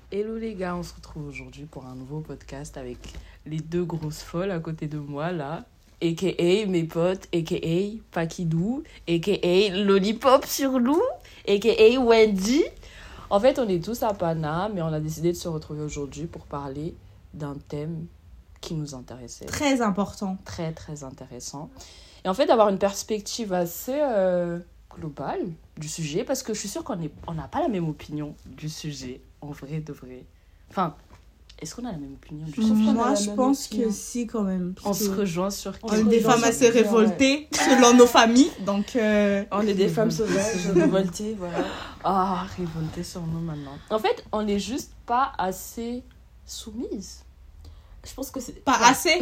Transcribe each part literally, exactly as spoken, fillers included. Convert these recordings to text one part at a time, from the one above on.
Hello les gars, on se retrouve aujourd'hui pour un nouveau podcast avec les deux grosses folles à côté de moi là, aka mes potes, aka Pakidou, aka Lollipop sur Lou, aka Wendy. En fait, on est tous à Pana, mais on a décidé de se retrouver aujourd'hui pour parler d'un thème qui nous intéressait. Très important. Très très intéressant. Et en fait, d'avoir une perspective assez euh, globale du sujet, parce que je suis sûre qu'on est, on n'a pas la même opinion du sujet, en vrai de vrai. Enfin, est-ce qu'on a la même opinion du sujet? Moi, je pense opinion. que si, quand même. On se rejoint sur... On est des femmes assez révoltées, ouais. selon nos familles, donc... Euh... On est des femmes sauvages, révoltées, voilà. Ah, oh, révoltées sur nous maintenant. En fait, on n'est juste pas assez soumises. Je pense que c'est... Pas assez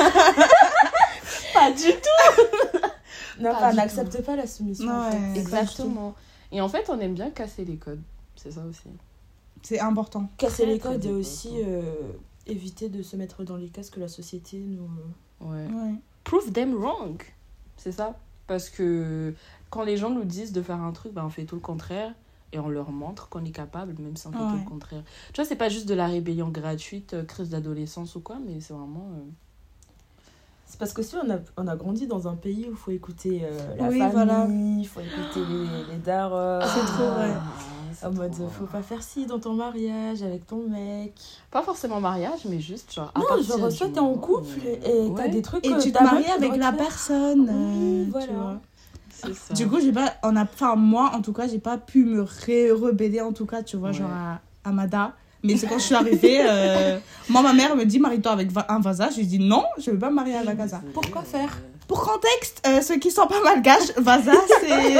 Pas du tout. Non, on n'accepte pas la soumission, non, en fait. ouais, exactement. Et en fait, on aime bien casser les codes. C'est ça aussi. C'est important. Casser les codes et aussi euh, éviter de se mettre dans les cases que la société nous... Ouais. ouais. Prove them wrong. C'est ça. Parce que quand les gens nous disent de faire un truc, ben on fait tout le contraire. Et on leur montre qu'on est capable, même si on fait ouais. tout le contraire. Tu vois, c'est pas juste de la rébellion gratuite, euh, crise d'adolescence ou quoi, mais c'est vraiment... Euh... C'est parce qu'aussi, on a, on a grandi dans un pays où il faut écouter euh, la oui, famille, il voilà. faut écouter les, les darons. C'est ah, trop vrai. C'est en mode, faut pas faire ci dans ton mariage, avec ton mec. Pas forcément mariage, mais juste genre... Non, genre, soit t'es en couple et ouais. t'as des trucs... Et tu te maries avec la personne. Oui, euh, voilà. Tu vois. C'est ça. Du coup, j'ai pas, on a, enfin, moi, en tout cas, j'ai pas pu me ré- rebeller, en tout cas, tu vois, ouais. genre à, à Mada. Mais c'est quand je suis arrivée, euh, moi, ma mère me dit, marie-toi avec un Vaza. Je lui dis, non, je veux pas me marier avec un Vaza. Pourquoi faire? Pour contexte, euh, ceux qui sont pas malgaches, Vaza, c'est,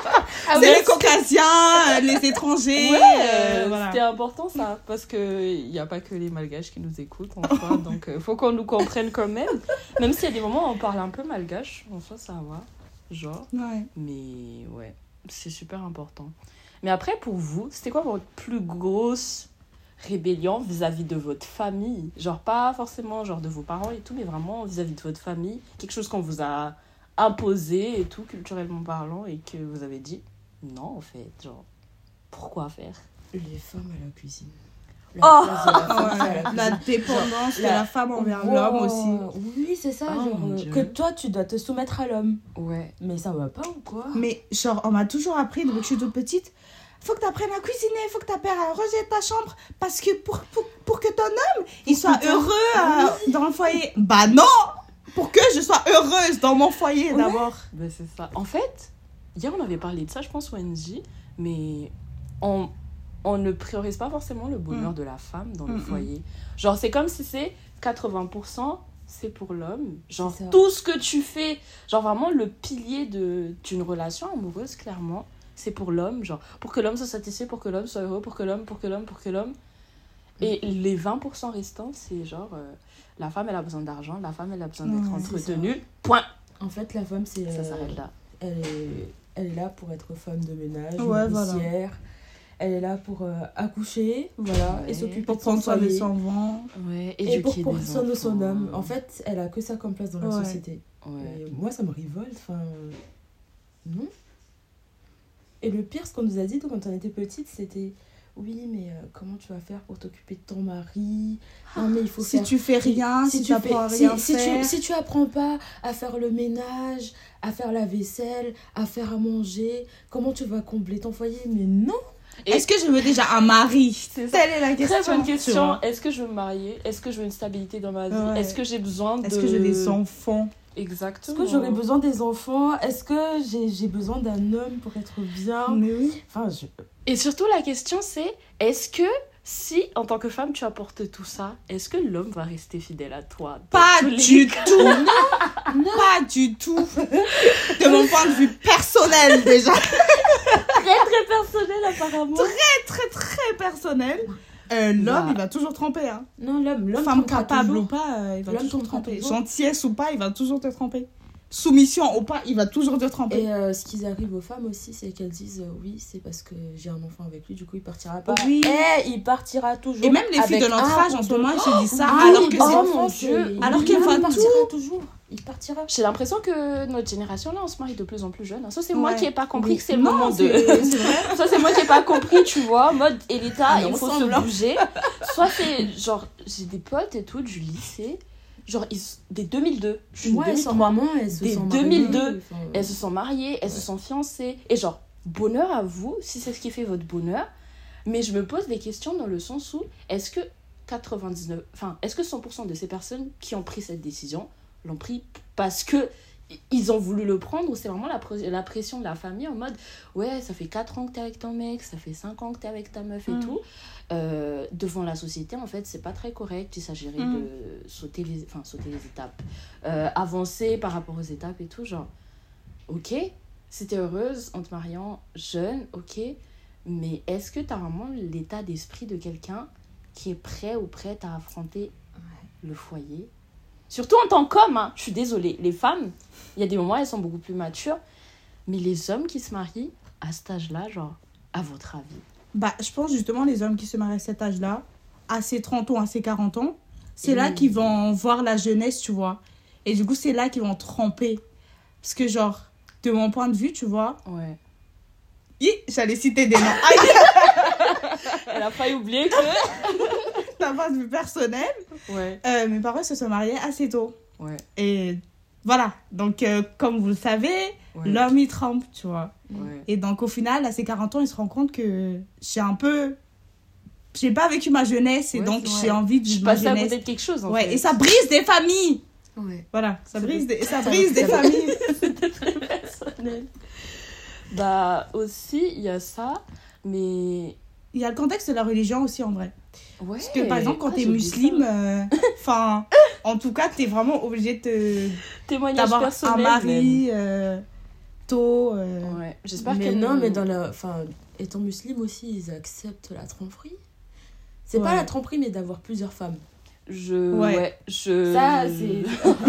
ah c'est ouais, les caucasiens, les étrangers. Ouais, euh, voilà. C'était important ça, parce qu'il n'y a pas que les malgaches qui nous écoutent, en soi, donc il euh, faut qu'on nous comprenne quand même. Même s'il y a des moments où on parle un peu malgache, en soi, ça va. Genre, ouais. mais ouais, c'est super important. Mais après, pour vous, c'était quoi votre plus grosse rébellion vis-à-vis de votre famille? Genre, pas forcément genre de vos parents et tout, mais vraiment vis-à-vis de votre famille. Quelque chose qu'on vous a imposé et tout, culturellement parlant, et que vous avez dit, non, en fait, genre, pourquoi faire? Les femmes à la cuisine. La oh la, ouais, la, la dépendance genre, de la, la femme envers oh, l'homme aussi. Oui, c'est ça. Oh, genre, que toi, tu dois te soumettre à l'homme. Ouais. Mais ça va pas ou quoi? Mais genre, on m'a toujours appris, depuis que je suis toute petite, faut que tu apprennes à cuisiner, faut que tu apprennes à ranger ta chambre, parce que pour, pour, pour que ton homme, il soit heureux euh, oui. dans le foyer. Bah non! Pour que je sois heureuse dans mon foyer, ouais. d'abord. Ben c'est ça. En fait, hier, on avait parlé de ça, je pense, Wendy, mais on... on ne priorise pas forcément le bonheur mmh. de la femme dans le mmh. foyer. Genre, c'est comme si c'est quatre-vingts pour cent, c'est pour l'homme. Genre, tout ce que tu fais, genre vraiment le pilier de, d'une relation amoureuse, clairement, c'est pour l'homme. Genre, pour que l'homme soit satisfait, pour que l'homme soit heureux, pour que l'homme, pour que l'homme, pour que l'homme. Mmh. Et les vingt pour cent restants, c'est genre, euh, la femme, elle a besoin d'argent, la femme, elle a besoin d'être mmh, entretenue. Point. En fait, la femme, c'est... Ça euh, s'arrête là. Elle est, elle est là pour être femme de ménage, ouais, nourricière. Voilà. Elle est là pour euh, accoucher, voilà, ouais. et s'occuper pour de prendre son soin de son enfant. Ouais, et pour prendre soin de son homme. En fait, elle a que ça comme place dans la ouais. société. Ouais. Et moi, ça me révolte. Enfin, non. Et le pire, ce qu'on nous a dit quand on était petite, c'était oui, mais euh, comment tu vas faire pour t'occuper de ton mari? Non, mais il faut si faire... tu fais rien, si, si tu apprends à rien si, faire. Si tu, si tu apprends pas à faire le ménage, à faire la vaisselle, à faire à manger, comment tu vas combler ton foyer? Mais non. Et est-ce que je veux déjà un mari? C'est Telle est la question. Très bonne question. Est-ce que je veux me marier? Est-ce que je veux une stabilité dans ma vie? Ouais. Est-ce que j'ai besoin de... Est-ce que j'ai des enfants? Exactement. Est-ce que j'aurais besoin des enfants? Est-ce que j'ai, j'ai besoin d'un homme pour être bien? Mais oui. Enfin, je... Et surtout, la question, c'est est-ce que si, en tant que femme, tu apportes tout ça, est-ce que l'homme va rester fidèle à toi? Pas du tout. Non. Pas du tout. De mon point de vue personnel, déjà. Très, très personnel, apparemment. Très, très, très personnel. Euh, l'homme, bah. il va toujours tromper. Hein. Non, l'homme, l'homme femme capable toujours. ou pas, euh, il va l'homme toujours tromper. Toujours. Gentillesse ou pas, il va toujours te tromper. Soumission ou pas, il va toujours te tromper. Et euh, ce qui arrive aux femmes aussi, c'est qu'elles disent euh, oui, c'est parce que j'ai un enfant avec lui, du coup il partira pas. Oui. Et il partira toujours. Et même les filles de notre âge en ce moment, elles se disent ça, oh, alors que oh, c'est mon Dieu, alors qu'elles voient tout. toujours. il partira. J'ai l'impression que notre génération, là, on se marie de plus en plus jeune. Soit c'est Ouais. moi qui n'ai pas compris Oui. que c'est le Non, moment de... c'est- c'est vrai. Soit c'est moi qui n'ai pas compris, tu vois, en mode, et l'État, On est il faut ensemble, se hein. bouger. Soit c'est, genre, j'ai des potes et tout du lycée, genre, ils... des deux mille deux. Je suis Ouais, deux mille sans trois. maman, elles se Dès sont deux mille deux, mariées, enfin, Elles se sont mariées, elles se sont fiancées. Et genre, bonheur à vous, si c'est ce qui fait votre bonheur. Mais je me pose des questions dans le sens où, est-ce que quatre-vingt-dix-neuf... Enfin, est-ce que cent pour cent de ces personnes qui ont pris cette décision l'ont pris parce que ils ont voulu le prendre, ou c'est vraiment la, pr- la pression de la famille en mode ouais, ça fait quatre ans que t'es avec ton mec, ça fait cinq ans que t'es avec ta meuf et Mm. tout. Euh, devant la société, en fait, c'est pas très correct. Il s'agirait Mm. de sauter les, enfin, sauter les étapes, euh, avancer par rapport aux étapes et tout. Genre, ok, si t'es heureuse en te mariant jeune, ok, mais est-ce que t'as vraiment l'état d'esprit de quelqu'un qui est prêt ou prête à affronter le foyer? Surtout en tant qu'homme, hein. Je suis désolée. Les femmes, il y a des moments, elles sont beaucoup plus matures. Mais les hommes qui se marient à cet âge-là, genre, à votre avis? Bah, je pense justement les hommes qui se marient à cet âge-là, à ses trente ans, à ses quarante ans, c'est Et là oui. qu'ils vont voir la jeunesse, tu vois. Et du coup, c'est là qu'ils vont tremper. Parce que genre, de mon point de vue, tu vois... Ouais. Hi, j'allais citer des noms. Aïe, Elle a failli oublier que... d'un point de vue personnel. Ouais. Euh, mes parents se sont mariés assez tôt. Ouais. Et voilà. Donc, euh, comme vous le savez, Ouais. l'homme, il trempe, tu vois. Ouais. Et donc, au final, à ses quarante ans, il se rend compte que j'ai un peu... J'ai pas vécu ma jeunesse et Ouais, donc c'est vrai. j'ai envie de Je suis vivre ma passée à jeunesse. côté de quelque chose, en Ouais, fait. et ça brise des familles. Ouais. Voilà, ça C'est brise vrai. des, ça Ça- brise des ça- familles. C'était très personnel. Bah, aussi, il y a ça, mais... Il y a le contexte de la religion aussi, en vrai. Ouais. Parce que, par exemple, quand Ah, t'es j'ai oublié ça. musulmane, enfin, en tout cas, t'es vraiment obligé de te... Témoignage d'avoir personnel. un mari euh, tôt. euh, même. Ouais. J'espère Mais que... non, mais dans la... Enfin, étant musulmane aussi, ils acceptent la tromperie. C'est pas Ouais. la tromperie, mais d'avoir plusieurs femmes. Je... Ouais. Ouais. Je... Ça, c'est...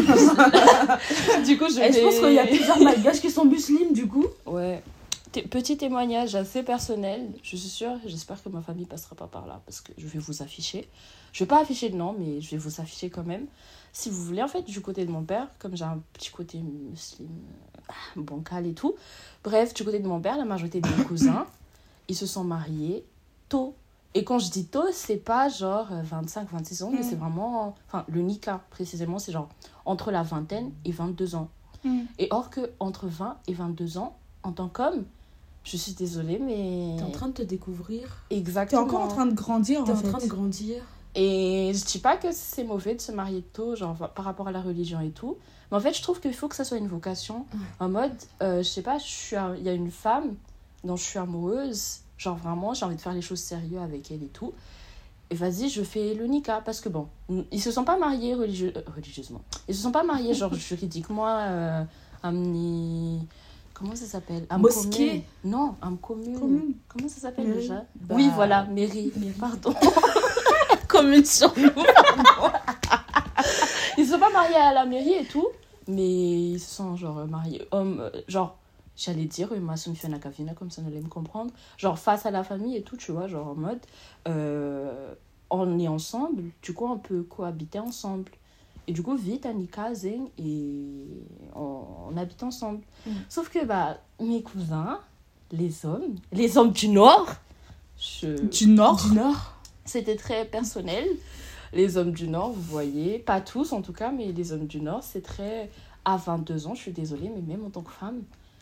Du coup, je Et je pense vais- qu'il y a plusieurs malgaches qui sont musulmans, du coup. Ouais. T- Petit témoignage assez personnel. Je suis sûre, j'espère que ma famille passera pas par là parce que je vais vous afficher. Je vais pas afficher de nom, mais je vais vous afficher quand même. Si vous voulez, en fait, du côté de mon père, comme j'ai un petit côté musulman, euh, bancal et tout. Bref, du côté de mon père, la majorité de mes cousins, ils se sont mariés tôt. Et quand je dis tôt, c'est pas genre vingt-cinq vingt-six ans, mais Mm. c'est vraiment... Enfin, le nika, précisément, c'est genre entre la vingtaine et vingt-deux ans. Mm. Et or que entre vingt et vingt-deux ans, en tant qu'homme, je suis désolée, mais... T'es en train de te découvrir. T'es Exactement. encore en train de grandir, T'es en en fait. train de grandir. Et je dis pas que c'est mauvais de se marier tôt, genre par rapport à la religion et tout. Mais en fait, je trouve qu'il faut que ça soit une vocation. Ouais. En mode, euh, je sais pas, je suis un- il y a une femme dont je suis amoureuse. Genre vraiment, j'ai envie de faire les choses sérieuses avec elle et tout. Et vas-y, je fais le nika. Parce que bon, ils se sont pas mariés religieux... euh, religieusement. Ils se sont pas mariés genre juridiquement, euh, amni... Comment ça s'appelle? Âme Mosquée. commune. Non, âme commune. Commune. Comment ça s'appelle Mairie. déjà? Bah, Oui, voilà, mairie. Pardon. Commune sur nous. pardon. Ils se sont pas mariés à la mairie et tout, mais ils se sont genre mariés hommes, euh, genre, j'allais dire, euh, ma soeur fait kavina comme ça on allait me comprendre, genre face à la famille et tout, tu vois, genre en mode, euh, on est ensemble, du coup on peut cohabiter ensemble. Et du coup, vite, Annika, Zeng, et on, on habite ensemble. Mm. Sauf que, bah, mes cousins, les hommes, les hommes du Nord, je... Du Nord. Du Nord. C'était très personnel. Les hommes du Nord, vous voyez, pas tous en tout cas, mais les hommes du Nord, c'est très... À vingt-deux ans, je suis désolée, mais même en tant que femme,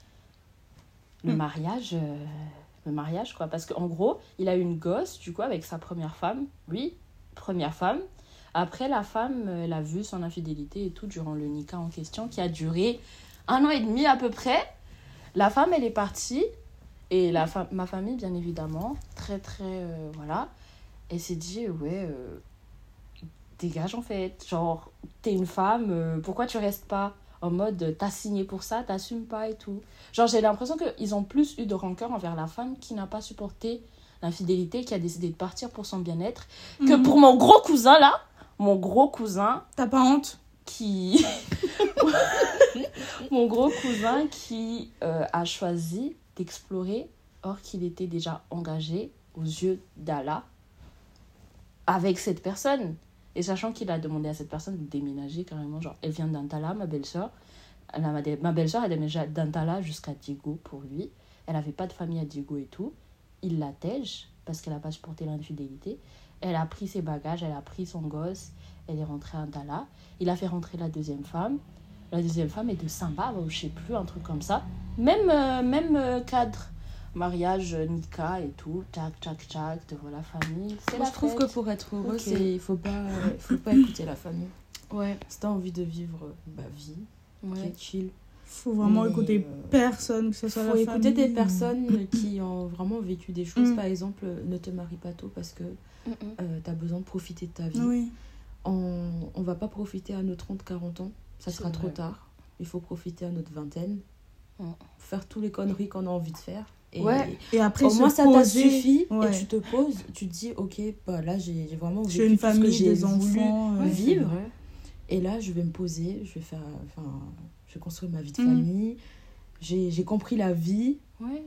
le Mm. mariage... euh, Le mariage, quoi. Parce qu'en gros, il a eu une gosse, du coup, avec sa première femme. Oui, première femme. Après, la femme, elle a vu son infidélité et tout durant le nika en question, qui a duré un an et demi à peu près. La femme, elle est partie. Et la fa- ma famille, bien évidemment, très, très... euh, voilà. Elle s'est dit, ouais, euh, dégage en fait. Genre, t'es une femme, euh, pourquoi tu restes pas en mode, t'as signé pour ça, t'assumes pas et tout. Genre, j'ai l'impression qu'ils ont plus eu de rancœur envers la femme qui n'a pas supporté l'infidélité, qui a décidé de partir pour son bien-être, que Mhm. pour mon gros cousin, là, mon gros cousin T'as pas honte? qui... mon gros cousin qui euh, a choisi d'explorer, or qu'il était déjà engagé aux yeux d'Allah avec cette personne. Et sachant qu'il a demandé à cette personne de déménager carrément, genre, elle vient d'Antala, ma belle-sœur. Elle a- Ma belle-sœur, elle déménagé d'Antala jusqu'à Diego pour lui. Elle n'avait pas de famille à Diego et tout. Il la tège parce qu'elle n'a pas supporté l'infidélité. Elle a pris ses bagages, elle a pris son gosse, elle est rentrée à Antala. Il a fait rentrer la deuxième femme. La deuxième femme est de Samba, ou je sais plus, un truc comme ça. Même, euh, même euh, cadre. Mariage, euh, Nika et tout. Tchac, tchac, tchac, devant la famille. C'est Moi, la je trouve fête. que pour être heureux, Ok. c'est, il faut pas, faut pas écouter la famille. Ouais, Si t'as envie de vivre bah, vie, ouais. ok, chill. Faut vraiment Mais, écouter euh, personne, que ce soit faut la écouter famille. des personnes qui ont vraiment vécu des choses. Mm. Par exemple, ne te marie pas tôt parce que Mm-mm. euh, t'as besoin de profiter de ta vie. Oui. On, on va pas profiter à nos trente quarante ans, ça C'est sera trop vrai. tard. Il faut profiter à notre vingtaine, Mm. faire tous les conneries qu'on a envie de faire. Et Ouais. Et après, au se moins ça t'a poser. suffi Ouais. et tu te poses, tu te dis ok, bah là j'ai j'ai vraiment J'ai vécu une tout ce que famille, j'ai des voulu enfants. euh, Ouais, vivre. c'est vrai. Et là, je vais me poser, je vais faire, enfin, je vais construire ma vie de Mm. famille. J'ai j'ai compris la vie. Ouais.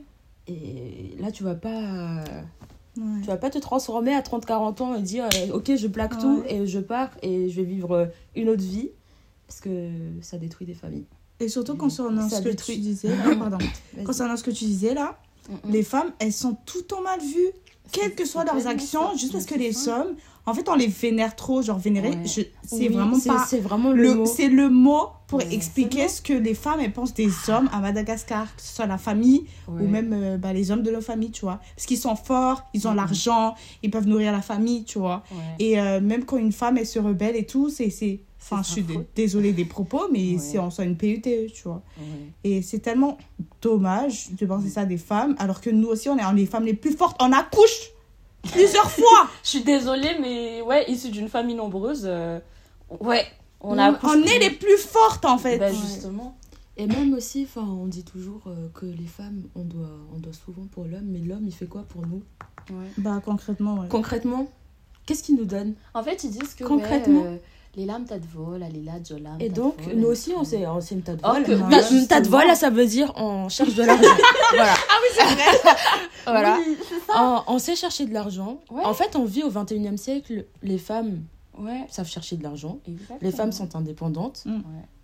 Et là, tu vas pas, ouais. tu vas pas te transformer à trente quarante ans et dire, euh, ok, je plaque tout Ouais. et je pars et je vais vivre une autre vie. Parce que ça détruit des familles. Et surtout concernant Ça ce que détruit. tu disais, là, pardon. Vas-y. Concernant ce que tu disais là, Mm-mm. les femmes, elles sont tout le temps mal vues, quelles que soient c'est leurs tellement actions, ça. juste parce Mais que c'est les ça. hommes, en fait, on les vénère trop, genre vénérer. Ouais. je- C'est Oui, vraiment c'est- pas C'est vraiment le, le, mot. c'est le mot pour Ouais. expliquer ce que les femmes elles pensent des hommes à Madagascar, que ce soit la famille Ouais. ou même euh, bah, les hommes de leur famille, tu vois. Parce qu'ils sont forts, ils ont Mhm. l'argent, ils peuvent nourrir la famille, tu vois. Ouais. Et euh, même quand une femme elle se rebelle et tout, c'est c'est enfin je sa suis dé- faute. désolée des propos, mais Ouais. c'est en soi une P U T E, tu vois. Ouais. Et c'est tellement dommage de penser ça des femmes, alors que nous aussi on est on est les femmes les plus fortes, on accouche plusieurs fois. Je suis désolée, mais ouais, issue d'une famille nombreuse, euh, ouais, on on, a on est les plus fortes en fait. Bah, Ouais. justement. Et même aussi, enfin, on dit toujours euh, que les femmes, on doit, on doit souvent pour l'homme, mais l'homme, il fait quoi pour nous? Ouais. Bah concrètement, ouais. Concrètement, qu'est-ce qu'il nous donne? En fait, ils disent que Concrètement. ouais, euh, les lames t'as de vol, les lames de lames. Et donc, nous aussi, on s'est on s'est une tas de Oh, vol. que- Non, Ta- ouais, tas de souvent. vol, là, ça veut dire on cherche de l'argent. Voilà. Ah oui, c'est vrai. Voilà. Oui, c'est ça. On, on sait chercher de l'argent. Ouais. En fait, on vit au vingt et unième siècle. Les femmes Ouais, savent chercher de l'argent. exactement. Les femmes sont indépendantes. Mm. Ouais.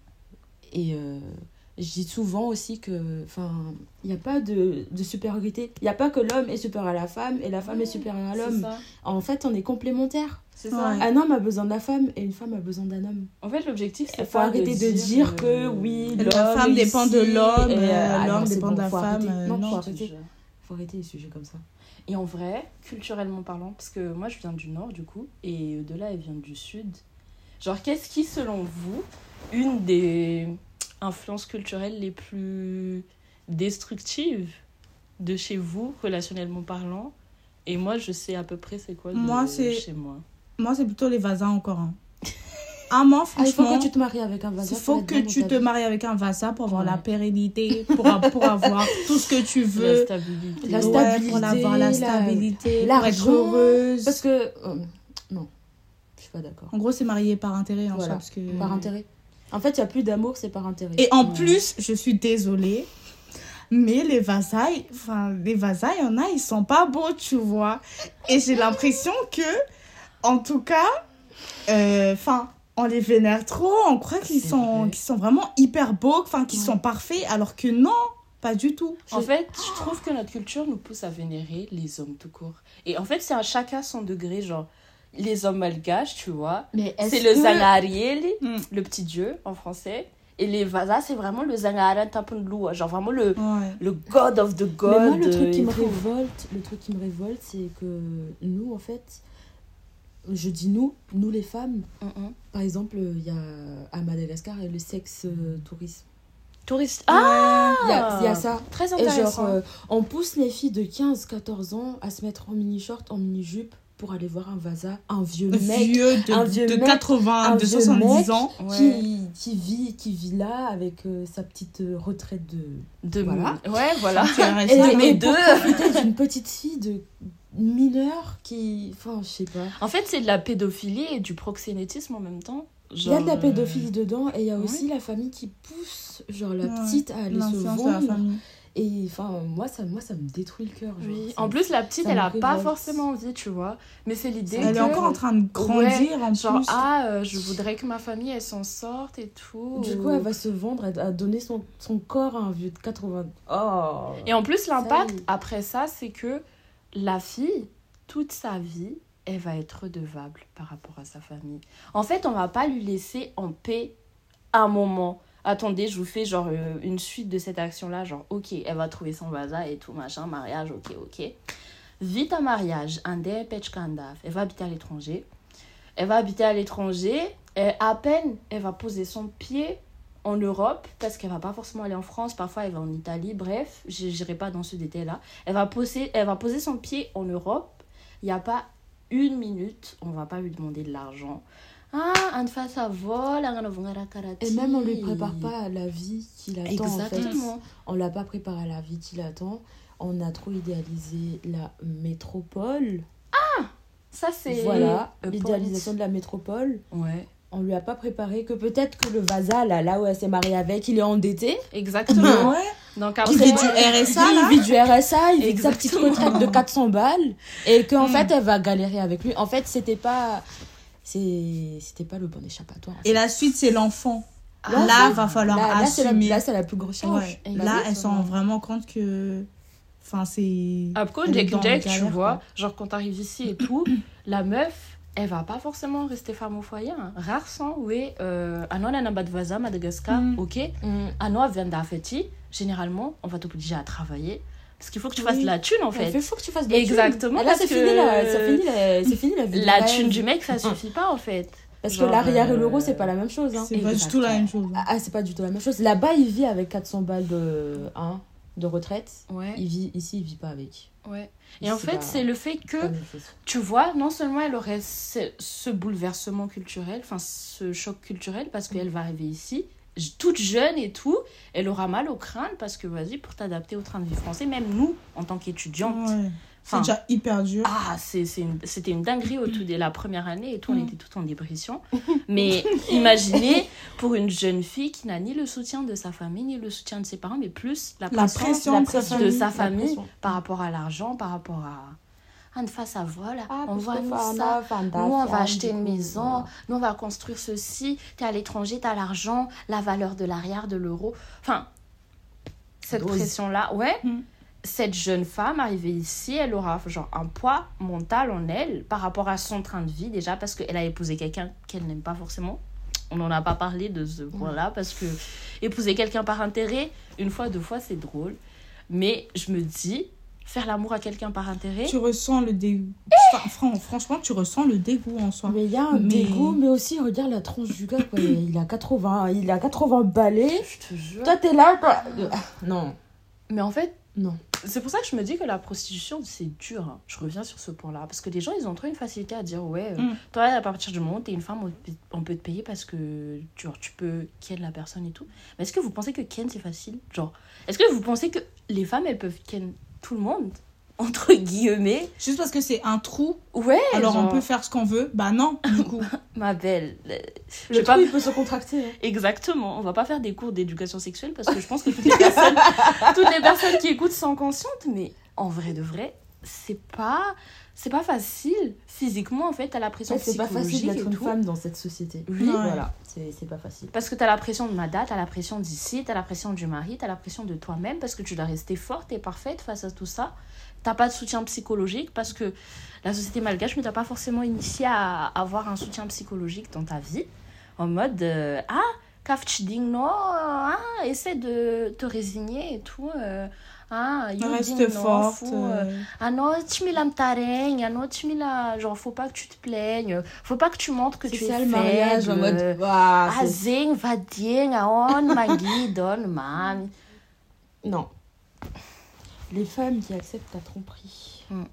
Et euh, je dis souvent aussi que, enfin, il n'y a pas de, de supériorité. Il n'y a pas que l'homme est supérieur à la femme et la femme Ouais, est supérieure à C'est l'homme. ça. En fait, on est complémentaires. C'est ça. Ouais. Un homme a besoin de la femme et une femme a besoin d'un homme. En fait, l'objectif, Il c'est faut pas arrêter de dire que oui, La l'homme femme est dépend ici de l'homme, et, euh, ah l'homme non, c'est dépend bon, de la faut femme, arrêter. euh, Non, non. faut Je te arrêter. jure. Faut arrêter les sujets comme ça. Et en vrai, culturellement parlant, parce que moi je viens du nord du coup, et de là elle vient du sud. Genre, qu'est-ce qui, selon vous, une des influences culturelles les plus destructives de chez vous, relationnellement parlant? Et moi, je sais à peu près c'est quoi de Moi, c'est- chez moi. Moi, c'est plutôt les vasins encore. Hein. Ah, moi, Ah, il faut franchement, que tu te maries avec un il vasin. faut pour être que bien dans tu ta te vie. maries avec un vasa pour avoir Ouais. la pérennité, pour, pour avoir tout ce que tu La veux. stabilité. La Ouais, stabilité, pour avoir la la- stabilité, pour l'argent, être heureuse. Parce que. euh, non, je suis pas d'accord. En gros, c'est marié par intérêt en Voilà. soi. Parce que... Par intérêt. En fait, il n'y a plus d'amour, c'est par intérêt. Et en Ouais. plus, je suis désolée, mais les vasailles, enfin, les vasailles, il y en a, ils sont pas beaux, tu vois. Et j'ai l'impression que, en tout cas, euh, enfin, on les vénère trop, on croit qu'ils C'est sont, vrai. qu'ils sont vraiment hyper beaux, enfin, qu'ils Ouais. sont parfaits, alors que non, pas du tout. En fait, je trouve que notre culture nous pousse à vénérer les hommes tout court. Et en fait, c'est un chacun son degré, genre, les hommes malgaches, tu vois. Mais est-ce C'est le que- Zangariel, Mm. le petit dieu en français. Et les Vasas, c'est vraiment le Zangaran Tapunlou, genre vraiment le, Ouais. le God of the God. Mais moi, le truc qui et me tout. révolte, le truc qui me révolte, c'est que nous, en fait, je dis nous, nous les femmes, Mhm. par exemple, il y a à Madagascar il y a le sexe euh, tourisme. Touriste. Ah Il y a, il y a ça. Très Et intéressant. genre, euh, on pousse les filles de quinze quatorze ans à se mettre en mini-short, en mini-jupe pour aller voir un vasa, un vieux mec Vieux de, un vieux de mec, quatre-vingts, un de vieux soixante-dix mec ans. Ouais. qui, qui, vit, qui vit là avec euh, sa petite euh, retraite de... De... Voilà. Ouais, voilà. Intéressant. Et, de mes et deux. pour profiter d'une petite fille de mineure qui... Enfin, je sais pas. En fait, c'est de la pédophilie et du proxénétisme en même temps. Il y a de la Genre, pédophilie dedans et il y a ouais. aussi la famille qui pousse genre la Ouais. petite à aller se L'influence de la vendre. famille. Et enfin, moi ça, moi, ça me détruit le cœur. Oui. Genre, En plus, la petite, ça elle me a pas révolte. forcément envie, tu vois. Mais c'est l'idée Elle que... est encore en train de grandir en genre, plus. ah, euh, je voudrais que ma famille, elle s'en sorte et tout. Du coup, elle va se vendre, elle a donné son, son corps à un vieux de quatre-vingts. Oh. Et en plus, l'impact Ça y est. après ça, c'est que la fille, toute sa vie, elle va être redevable par rapport à sa famille. En fait, on va pas lui laisser en paix un moment. Attendez, je vous fais genre euh, une suite de cette action-là. Genre, ok, elle va trouver son bazar et tout, machin, mariage, ok, ok. Vite un mariage, un dé, pechkandaf. Elle va habiter à l'étranger. Elle va habiter à l'étranger. Et à peine, elle va poser son pied en Europe, parce qu'elle va pas forcément aller en France, parfois elle va en Italie, bref, je n'irai pas dans ce détail-là. Elle va poser, elle va poser son pied en Europe, il n'y a pas une minute, on va pas lui demander de l'argent. Ah, un face à vol, un Et même on lui prépare pas à la vie qu'il attend. Exactement. En fait. On l'a pas préparé à la vie qu'il attend. On a trop idéalisé la métropole. Ça, c'est... Voilà, euh, l'idéalisation de la métropole. Ouais, On lui a pas préparé que peut-être que le Vasa, là, là où elle s'est mariée avec, il est endetté. exactement. Ouais. Donc Qui après... vit du R S A, il là. vit du R S A, il vit de sa petite Exactement. retraite de quatre cents balles. Et qu'en Mm. fait, elle va galérer avec lui. En fait, c'était pas... c'est- C'était pas le bon échappatoire. en Et fait. la suite, c'est l'enfant. Ah, Là, c'est- va falloir Là, là, c'est la, assumer. là, c'est la plus grosse charge. Ouais. Bah Là, oui, elle se ça rend va. vraiment compte que... Enfin, c'est... Après, Elle est Jack dans la Jack, tu galère, vois, quoi. genre quand t'arrives ici et tout, la meuf, elle va pas forcément rester femme au foyer. Hein. Rare sang, oui. Euh, Ano, elle a un vaza, Madagascar, Mm. ok. Mm. Ano, elle vient d'Afeti. Généralement, on va t'obliger à travailler. Parce qu'il faut que tu Oui. fasses de la thune, en Il fait. faut que tu fasses de la thune. Exactement, Et là, parce c'est que- fini, la, ça finit la, c'est fini la vie. de La rêve. thune du mec, ça suffit pas, en fait. Parce que Genre, l'arrière et euh, l'euro, c'est pas la même chose. Hein. C'est pas du tout la même chose. Ah, c'est pas du tout la même chose. Là-bas, il vit avec quatre cents balles de, hein, de retraite. Ouais, Il vit, ici, il vit pas avec. ouais. Et en C'est fait, pas- c'est le fait que... pas la même chose. Tu vois, non seulement elle aurait ce, ce bouleversement culturel, enfin ce choc culturel, parce qu'elle va arriver ici, j- toute jeune et tout, elle aura mal au crâne, parce que vas-y, pour t'adapter au train de vie français, même nous, en tant qu'étudiantes, Ouais. C'est Enfin, déjà hyper dur. ah, c'est, c'est une- c'était une dinguerie au tout de la première année et tout, on Mm. était toutes en dépression. Mais imaginez, pour une jeune fille qui n'a ni le soutien de sa famille, ni le soutien de ses parents, mais plus la La pression, pression la de sa pression famille. de sa La famille pression. par rapport à l'argent, par rapport à... Ah, une face à voilà, Ah, on parce voit que nous Fana, ça. Fanda, Nous, on va Fiam, acheter du une coup, maison, voilà. nous, on va construire ceci. T'es à l'étranger, t'as l'argent, la valeur de l'arrière, de l'euro. Enfin, cette Dose. pression-là, ouais. Mm. Cette jeune femme arrivée ici, elle aura genre un poids mental en elle par rapport à son train de vie, déjà, parce qu'elle a épousé quelqu'un qu'elle n'aime pas forcément. On n'en a pas parlé de ce point-là, parce que épouser quelqu'un par intérêt, une fois, deux fois, c'est drôle. Mais je me dis, faire l'amour à quelqu'un par intérêt... Tu ressens le dégoût. Enfin, fran- franchement, tu ressens le dégoût en soi. Mais il y a un Mais- dégoût, mais aussi, regarde la tronche du gars, quoi. Il a quatre-vingts, il a quatre-vingts balais. Je te jure. Toi, t'es là, quoi. Non, Mais en fait, non. c'est pour ça que je me dis que la prostitution, c'est dur. hein. Je reviens sur ce point-là. Parce que les gens, ils ont trop une facilité à dire, ouais, euh, Mm. toi, à partir du moment où t'es une femme, on peut, on peut te payer parce que tu, genre, tu peux ken la personne et tout. Mais est-ce que vous pensez que ken, c'est facile? Genre, est-ce que vous pensez que les femmes, elles peuvent ken tout le monde? Entre guillemets. Juste parce que c'est un trou, Ouais, alors genre, on peut faire ce qu'on veut. Bah non, du coup. ma belle. euh, je Le vais trou, pas... il peut se contracter. hein. Exactement. On va pas faire des cours d'éducation sexuelle parce que je pense que toutes les personnes, toutes les personnes qui écoutent sont conscientes. Mais en vrai de vrai, c'est pas, c'est pas facile. Physiquement, en fait, t'as la En pression fait, c'est pas facile psychologique d'être et une tout. femme dans cette société. Oui. Ouais. Voilà, c'est c'est pas facile. Parce que t'as la pression de Mada, t'as la pression d'ici, t'as la pression du mari, t'as la pression de toi-même parce que tu dois rester forte et parfaite face à tout ça. T'as pas de soutien psychologique parce que la société malgache ne t'a pas forcément initié à avoir un soutien psychologique dans ta vie. En mode, euh, ah, kafchiding, non, ah, essaie de te résigner et tout. euh, ah, you Reste ding, non, forte. faut, euh, euh, ah non, tu mets la mtaring, ah non, tu mets la... Genre, faut pas que tu te plaignes, faut pas que tu montres que C'est tu ça es le mariage en faible. mode. Ah, Ah, c'est- zing, va ding, ah, on, magui, donne, mam. Non. Les femmes qui acceptent la tromperie. Mm.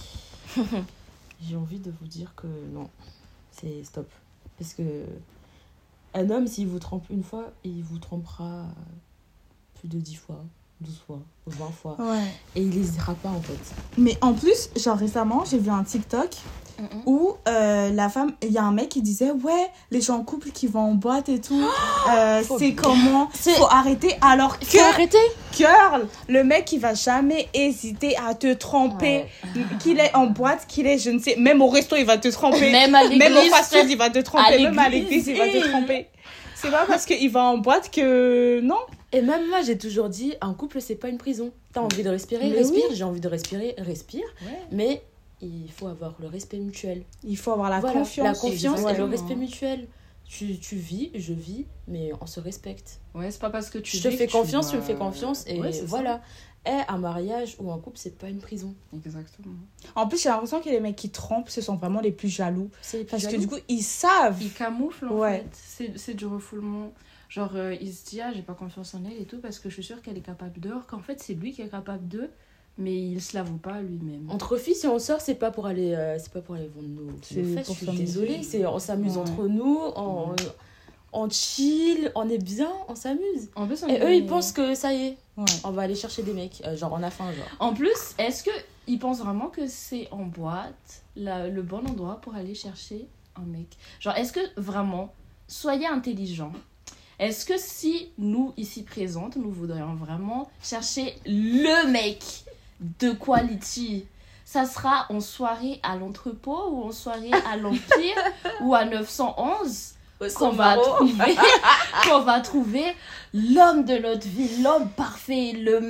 J'ai envie de vous dire que non. C'est stop. Parce que un homme, s'il vous trompe une fois, il vous trompera plus de dix fois, douze fois, vingt fois. Ouais. Et il n'hésitera pas en fait. Mais en plus, genre récemment, j'ai vu un TikTok où euh, euh, la femme, il y a un mec qui disait ouais, les gens en couple qui vont en boîte et tout, euh, c'est bien. comment, C'est- faut arrêter. Alors Faut que arrêter. girl, le mec il va jamais hésiter à te tromper, qu'il est en boîte, qu'il est je ne sais, même au resto il va te tromper, Même à l'église. même au fast-food il va te tromper, À même à l'église, l'église il va te hey. tromper. C'est pas parce qu'il va en boîte que non. Et même moi, j'ai toujours dit, un couple, c'est pas une prison. T'as envie de respirer, Mais respire. J'ai envie de respirer, respire. Ouais. Mais il faut avoir le respect mutuel. Il faut avoir la Voilà, confiance. la confiance et le Exactement. respect mutuel. Tu, tu vis, je vis, mais on se respecte. Ouais, c'est pas parce que tu Je te dis fais que confiance, tu dois- me fais confiance. Et Ouais, c'est ça. voilà. Et un mariage ou un couple, c'est pas une prison. Exactement. En plus j'ai l'impression que les mecs qui trompent ce sont vraiment les plus jaloux. C'est les plus Parce que jaloux. du coup ils savent. Il camoufle en Ouais. fait. C'est, c'est du refoulement. Genre, euh, il se dit, ah, j'ai pas confiance en elle et tout, parce que je suis sûre qu'elle est capable d'or. Qu'en fait, c'est lui qui est capable d'eux, mais il se l'avoue pas à lui-même. Entre filles, si on sort, c'est pas pour aller, euh, c'est pas pour aller vendre nos, C'est nos fesses. pour Je suis s'amuser. désolée. C'est, on s'amuse Ouais. entre nous, on, Ouais. on chill, on est bien, on s'amuse. En plus, on Et est- eux, ils pensent que ça y est, Ouais. on va aller chercher des mecs. Euh, genre, on a faim, genre. En plus, est-ce qu'ils pensent vraiment que c'est en boîte la- le bon endroit pour aller chercher un mec? Genre, est-ce que vraiment, soyez intelligents. Est-ce que si nous, ici présentes, nous voudrions vraiment chercher le mec de quality, ça sera en soirée à l'entrepôt ou en soirée à l'Empire ou à neuf cent onze qu'on va trouver, qu'on va trouver l'homme de notre vie, l'homme parfait, le,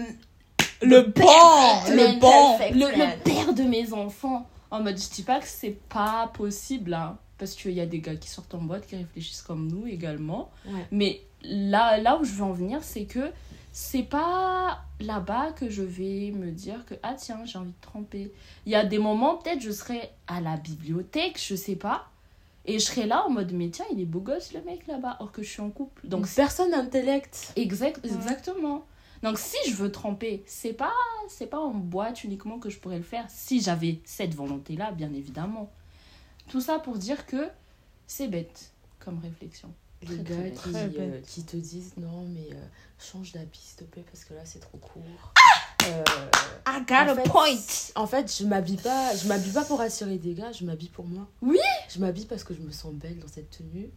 Le bon, le man, bon. le, le père de mes enfants. En mode, je dis pas que c'est pas possible, hein, parce qu'il y a des gars qui sortent en boîte, qui réfléchissent comme nous également. Ouais. Mais là, là où je veux en venir, c'est que c'est pas là-bas que je vais me dire que, ah tiens, j'ai envie de tromper. Il y a des moments, peut-être je serai à la bibliothèque, je sais pas, et je serai là en mode, mais tiens, il est beau gosse le mec là-bas, or que je suis en couple. Donc, Donc, personne d'intellect. Exact, exactement. Donc si je veux tremper, c'est pas c'est pas en boîte uniquement que je pourrais le faire si j'avais cette volonté là, bien évidemment. Tout ça pour dire que c'est bête comme réflexion. Les Très, gars très qui, très euh, bête. qui te disent non, mais euh, change d'habit s'il te plaît parce que là c'est trop court. Euh, I got en a fait, point. En fait, je m'habille pas, je m'habille pas pour attirer des gars, je m'habille pour moi. Oui. Je m'habille parce que je me sens belle dans cette tenue.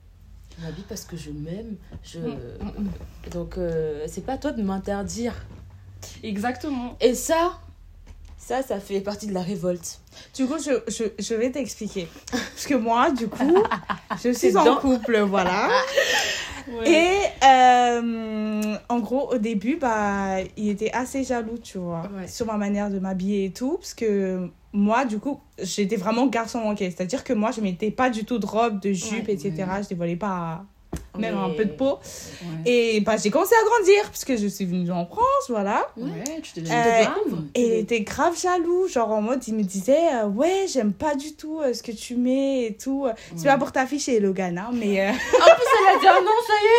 Je m'habille parce que je m'aime. Je... Donc, euh, c'est pas à toi de m'interdire. Exactement. Et ça, ça, ça fait partie de la révolte. Du coup, je, je, je vais t'expliquer. Parce que moi, du coup, je suis en dans- couple, voilà. Ouais. Et euh, en gros, au début, bah, il était assez jaloux, tu vois, Ouais. sur ma manière de m'habiller et tout. Parce que moi, du coup, j'étais vraiment garçon manqué. C'est-à-dire que moi, je mettais pas du tout de robe, de jupe, Ouais. et cetera. Je dévoilais pas même Mais- un peu de peau. Ouais. Et bah, j'ai commencé à grandir, parce que je suis venue en France, voilà. Ouais, tu deviens Euh, une femme. Et il était grave jaloux, genre en mode, il me disait, euh, ouais, j'aime pas du tout euh, ce que tu mets et tout. C'est Ouais. pas pour t'afficher Logan, hein, mais... euh, En plus, elle a dit ah non, ça y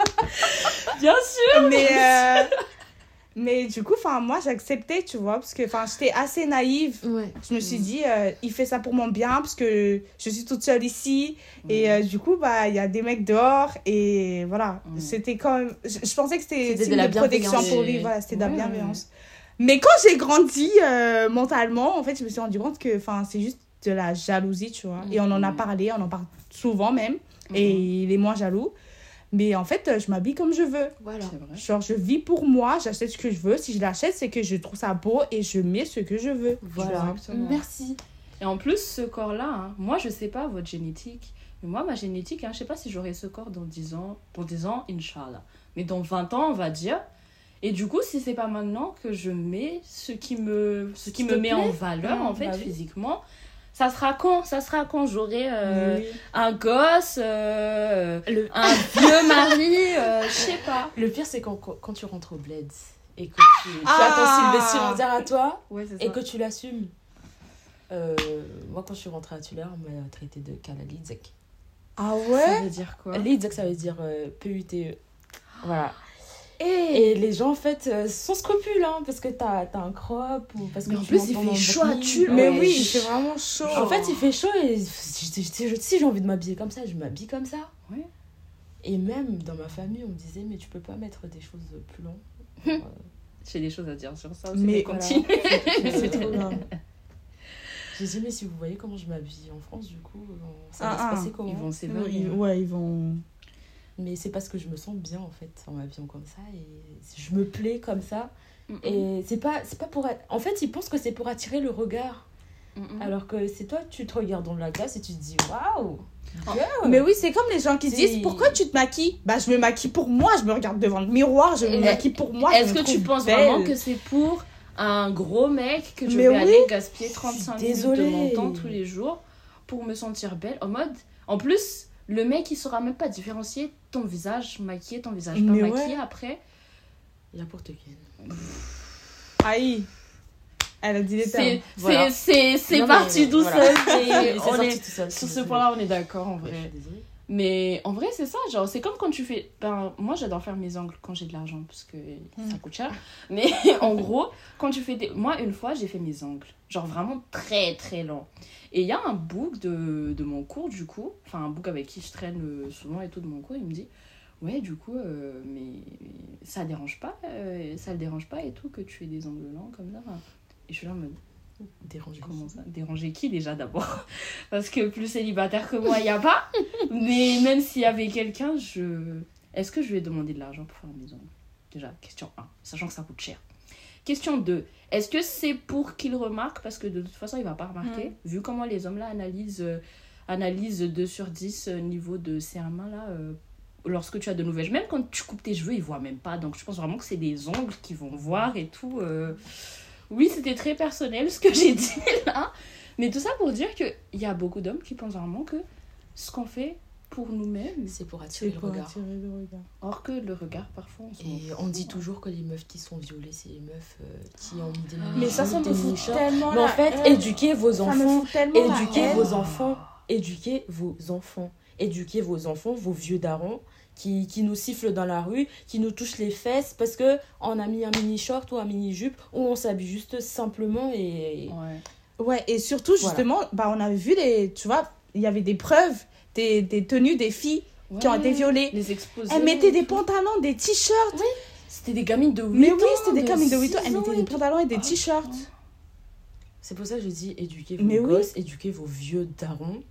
est. Bien sûr. mais, euh, mais du coup, enfin, moi, j'acceptais, tu vois, parce que enfin, j'étais assez naïve. Ouais. Je me suis dit, euh, il fait ça pour mon bien, parce que je suis toute seule ici. Et euh, du coup, bah, il y a des mecs dehors. Et voilà, Mm. c'était quand même... Je, je pensais que c'était C'était de signe la de protection bienveillance. pour lui. Voilà, c'était de la Ouais. bienveillance. Mais quand j'ai grandi euh, mentalement, en fait, je me suis rendu compte que enfin, c'est juste de la jalousie, tu vois. Et on en a Mm. parlé, on en parle souvent même. Mhm. Et il est moins jaloux. Mais en fait, je m'habille comme je veux. Voilà. C'est vrai. Genre, je vis pour moi, j'achète ce que je veux. Si je l'achète, c'est que je trouve ça beau et je mets ce que je veux. Voilà. Exactement. Merci. Et en plus, ce corps-là, hein, moi, je sais pas votre génétique, mais moi, ma génétique, hein, je sais pas si j'aurai ce corps dans dix ans, dans dix ans, Inch'Allah. Mais dans vingt ans, on va dire. Et du coup, si c'est pas maintenant que je mets ce qui me, ce qui Qui me te met plaît. en valeur, Mmh, en fait, bah oui. physiquement, ça sera quand Ça sera quand j'aurai euh, Oui. un gosse, euh, Le, un vieux mari, euh, je sais pas. le pire, c'est quand, quand, quand tu rentres au bled et que tu, tu Ah. as ton Sylvester derrière toi Ouais, c'est et que tu l'assumes. Euh, moi, quand je suis rentrée à Tuller, on m'a traité de Kala Lidzek. Ah Ça ouais? veut dire quoi? Lidzek, ça veut dire euh, P U T E. Voilà. Et... Et les gens, en fait, euh, sans scrupule, hein, parce que t'as as un crop ou parce que Mais en tu plus, montes il ton fait chaud à nombril. Tulle. Mais Ouais. oui, il fait vraiment chaud. En fait, il fait chaud et si, si- si- si j'ai envie de m'habiller comme ça, je m'habille comme ça. Ouais. Et même dans ma famille, on me disait, mais tu peux pas mettre des choses plus longues. Euh, J'ai des choses à dire sur ça aussi. Mais Mais voilà. continue. C'est trop grave. J'ai dit, mais si vous voyez comment je m'habille en France, du coup, ça Ah, va ah. se passer comment? Ils vont Ils- s'éloigner. Ouais, ils vont. Mais c'est parce que je me sens bien, en fait, en m'habillant comme ça. Et je me plais comme ça. Mm-mm. Et c'est pas, c'est pas pour... att- En fait, ils pensent que c'est pour attirer le regard. Mm-mm. Alors que c'est toi, tu te regardes dans la glace et tu te dis, waouh! Oh. girl. Mais oui, c'est comme les gens qui C'est- disent pourquoi tu te maquilles? Bah, je me maquille pour moi, je me regarde devant le miroir, je me Et- maquille pour moi. je Est-ce me que tu trouve penses belle. vraiment que c'est pour un gros mec que je Mais vais oui. aller gaspiller trente-cinq minutes de Désolée. mon temps tous les jours pour me sentir belle? En mode, en plus, le mec il saura même pas différencier ton visage maquillé, ton visage pas Mais ouais. maquillé après. Il a pour te ken. Aïe. Elle a dit les termes. C'est Voilà. c'est- c'est- c'est Non, mais parti douceux. voilà. et C'est on sorti est- tout seul, je Sur suis ce désolée. point-là, on est d'accord en Ouais, je vrai. suis désolée. Mais en vrai, c'est ça. Genre, c'est comme quand tu fais. Ben, moi, j'adore faire mes ongles quand j'ai de l'argent parce que ça coûte cher. Mais en gros, quand tu fais des. Moi, une fois, j'ai fait mes ongles. Genre, vraiment très, très lent. Et il y a un book de, de mon cours, du coup. Enfin, un book avec qui je traîne euh, souvent et tout de mon cours. Il me dit, ouais, du coup, euh, mais ça dérange pas. euh, ça le dérange pas et tout que tu fais des ongles lents comme ça. Et je suis là en mode. Déranger. Comment ça? Déranger qui déjà d'abord? Parce que plus célibataire que moi, il n'y a pas. Mais même s'il y avait quelqu'un, je... est-ce que je lui ai demandé de l'argent pour faire mes ongles? Déjà, question un, sachant que ça coûte cher. Question deux, est-ce que c'est pour qu'il remarque? Parce que de toute façon, il ne va pas remarquer. Mm. Vu comment les hommes là analysent, euh, analysent deux sur dix euh, niveau de C un là, euh, lorsque tu as de nouvelles... Même quand tu coupes tes cheveux, ils ne voient même pas. Donc je pense vraiment que c'est des ongles qu'ils vont voir et tout... euh. Oui, c'était très personnel ce que j'ai dit là. Mais tout ça pour dire qu'il y a beaucoup d'hommes qui pensent vraiment que ce qu'on fait pour nous-mêmes, C'est pour attirer C'est le pour regard. attirer le regard. or que le regard, parfois, on s'en Et fout. on dit toujours que les meufs qui sont violées, c'est les meufs euh, qui ont mis des Ah. Mais ça, ça me des fout mini-shorts. tellement Mais en la fait, haine. éduquez vos Ça me enfants. fout tellement la Éduquez haine. vos enfants. Éduquez vos enfants. Éduquez vos enfants, vos vieux darons qui, qui nous sifflent dans la rue, qui nous touchent les fesses parce que on a mis un mini short ou un mini jupe ou on s'habille juste simplement et Ouais. Ouais, et surtout, justement, bah, on avait vu les. Tu vois, il y avait des preuves, des, des tenues des filles qui ont Ouais. été violées. Les exposés. Elles mettaient des pantalons, des t-shirts. C'était des gamines de huit Mais ans. oui, c'était des gamines de huit ans. six Elles mettaient et des tout. pantalons et des Ah, t-shirts. putain. c'est pour ça que je dis éduquez vos Mais oui. gosses, éduquez vos vieux darons.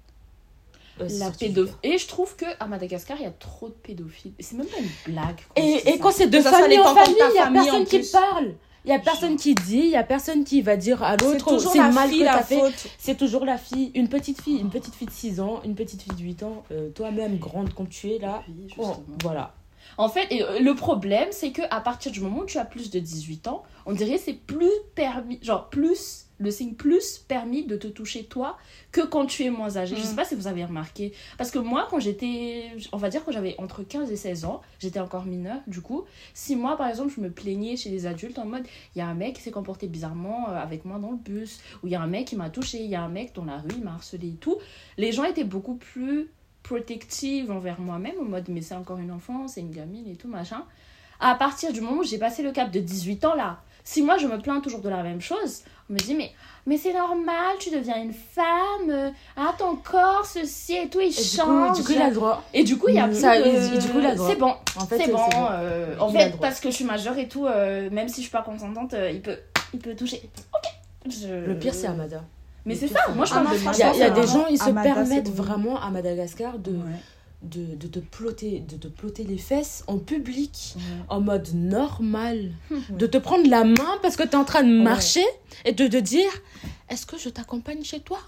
Euh, c'est La sorti du pédo... cœur. Et je trouve qu'à Madagascar, il y a trop de pédophiles. Et c'est même pas une blague. quand je dis Et, et ça. quand c'est de Que ça soit famille les en enfants de famille, ta il y a famille, en personne qui plus. parle. Il y a personne qui dit, il y a personne qui va dire à C'est l'autre, toujours c'est la mal fille que la t'as fait. faute. C'est toujours la fille, une petite fille, une petite fille de six ans, une petite fille de huit ans, euh, toi-même grande comme tu es là. Oui, Oh, justement. voilà. En fait, et, euh, le problème, c'est que à partir du moment où tu as plus de dix-huit ans, on dirait c'est plus permis, genre plus, le signe plus permis de te toucher toi que quand tu es moins âgé. Je Mm. sais pas si vous avez remarqué. Parce que moi, quand j'étais, on va dire que j'avais entre quinze et seize ans, j'étais encore mineure, du coup, si moi, par exemple, je me plaignais chez les adultes en mode, il y a un mec qui s'est comporté bizarrement euh, avec moi dans le bus, ou il y a un mec qui m'a touché, il y a un mec dans la rue, il m'a harcelé et tout, les gens étaient beaucoup plus protective envers moi-même, en mode mais c'est encore une enfant, c'est une gamine et tout machin. À partir du moment où j'ai passé le cap de dix-huit ans là, si moi je me plains toujours de la même chose, on me dit mais, mais c'est normal, tu deviens une femme, euh, ah ton corps, ceci et tout, il Et du, coup, change. du coup, il a le droit. Et du coup, il y a Mm, plus ça, de... il- du coup, il a le droit. C'est bon, En fait, c'est bon. bon. euh, Il en a le fait, droit. parce que je suis majeure et tout, euh, même si je suis pas consentante, euh, il peut, il peut toucher. Ok. Je- Le pire, c'est Amada. Mais le c'est pire, ça, c'est moi je Amada. parle de Ah, Il y a, il y a c'est des vraiment- gens, ils se Amada, c'est permettent bon. vraiment à Madagascar de, Ouais. de, de, te plotter, de te plotter les fesses en public, Ouais. en mode normal. De te prendre la main parce que tu es en train de marcher et de te dire est-ce que je t'accompagne chez toi?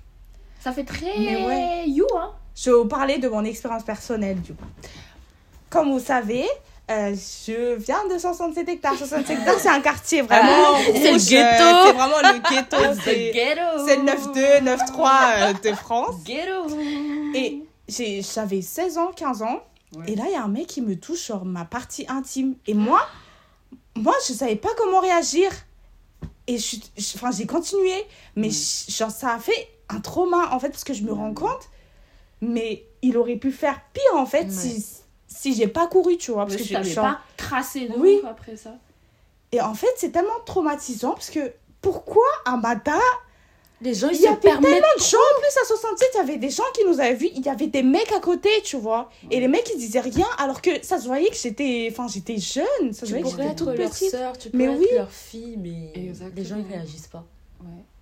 Ça fait très Mais ouais. you, hein. Je vais vous parler de mon expérience personnelle, du coup. Comme vous savez, euh, je viens de soixante-sept hectares. soixante-sept hectares, c'est un quartier vraiment Ah, c'est le rouge, ghetto. euh, c'est vraiment le ghetto. The C'est ghetto. c'est le neuf deux, neuf trois euh, de France. Ghetto. Et j'ai- j'avais seize ans, quinze ans. Ouais. Et là, il y a un mec qui me touche sur ma partie intime. Et moi, moi je ne savais pas comment réagir. Et je, suis- je- enfin, j'ai continué. Mais Mm. je- genre, ça a fait un trauma, en fait, parce que je me rends compte. Mais il aurait pu faire pire, en fait, Ouais. si, si j'ai pas couru, tu vois. Parce Parce que que tu je- n'avais je- pas tracé de Oui. ouf après ça. Et en fait, c'est tellement traumatisant. Parce que pourquoi un matin, Les gens, ils il y se avait permettent. tellement de gens. En plus, à soixante-sept, il y avait des gens qui nous avaient vus. Il y avait des mecs à côté, tu vois. Et les mecs, ils disaient rien. Alors que ça se voyait que j'étais, enfin, j'étais jeune. Ça se Tu voyait que pourrais j'étais être toute leur petite. sœur, tu Mais pourrais oui. être leur fille, mais Exactement. les gens, ils réagissent pas. Ouais.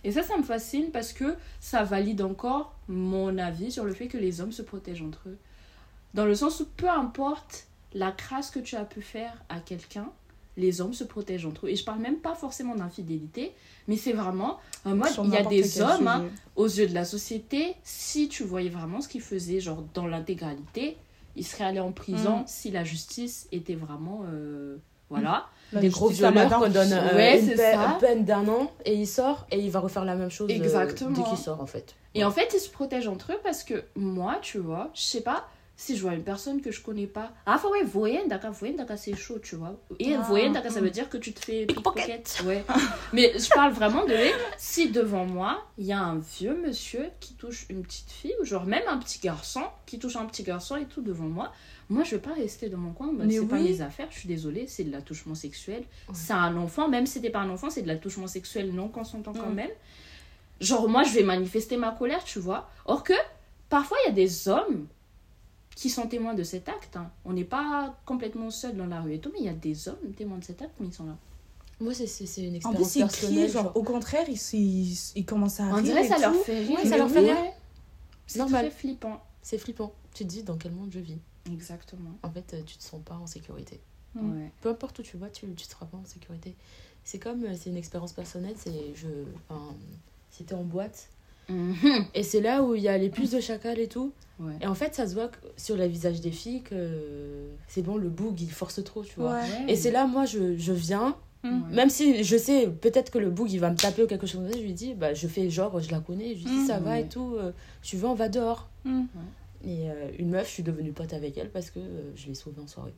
Et ça, ça me fascine parce que ça valide encore mon avis sur le fait que les hommes se protègent entre eux. Dans le sens où peu importe la crasse que tu as pu faire à quelqu'un, les hommes se protègent entre eux. Et je parle même pas forcément d'infidélité, mais c'est vraiment en mode, il y a des hommes, hein, aux yeux de la société, si tu voyais vraiment ce qu'ils faisaient, genre dans l'intégralité, ils seraient allés en prison mmh. si la justice était vraiment... Euh, voilà. Mmh. Des gros violeurs qu'on donne euh, ouais, une, peine, une peine d'un an, et il sort, et il va refaire la même chose euh, dès qu'il sort, en fait. Et ouais. en fait, ils se protègent entre eux parce que moi, tu vois, je sais pas... Si je vois une personne que je connais pas, ah, enfin, ouais, voyen, d'accord, voyen, d'accord, c'est chaud, tu vois. Et ah, voyen, d'accord, ça veut dire que tu te fais pickpocket. Ouais. Mais je parle vraiment de si devant moi, il y a un vieux monsieur qui touche une petite fille, ou genre même un petit garçon qui touche un petit garçon et tout devant moi, moi, je vais pas rester dans mon coin, bah, c'est oui. pas mes affaires, je suis désolée, c'est de l'attouchement sexuel. Ouais. C'est un enfant, même si c'était pas un enfant, c'est de l'attouchement sexuel non consentant quand mm. même. Genre, moi, je vais manifester ma colère, tu vois. Or que, parfois, il y a des hommes qui sont témoins de cet acte. Hein. On n'est pas complètement seul dans la rue et tout, mais il y a des hommes témoins de cet acte, mais ils sont là. Moi, c'est, c'est, c'est une expérience en plus, personnelle. Crié, genre, genre, au contraire, ils, ils, ils commencent à rire. On dirait et ça tout. leur fait rire. Ouais, ça leur fait rire. C'est normal. Très flippant. C'est flippant. Tu te dis dans quel monde je vis. Exactement. En fait, tu te sens pas en sécurité. Ouais. Peu importe où tu vas, tu ne seras pas en sécurité. C'est comme, c'est une expérience personnelle, c'est, je, enfin, c'était en boîte. Mmh. Et c'est là où il y a les puces de chacal et tout. Ouais. Et en fait, ça se voit sur le visage des filles que c'est bon, le boug, il force trop, tu vois. Ouais. Et c'est là, moi, je, je viens, mmh. même si je sais, peut-être que le boug, il va me taper ou quelque chose comme ça, je lui dis, bah, je fais genre, je la connais, je lui dis, mmh. ça va et tout, euh, tu veux, on va dehors. Mmh. Ouais. Et euh, une meuf, je suis devenue pote avec elle parce que euh, je l'ai sauvée en soirée.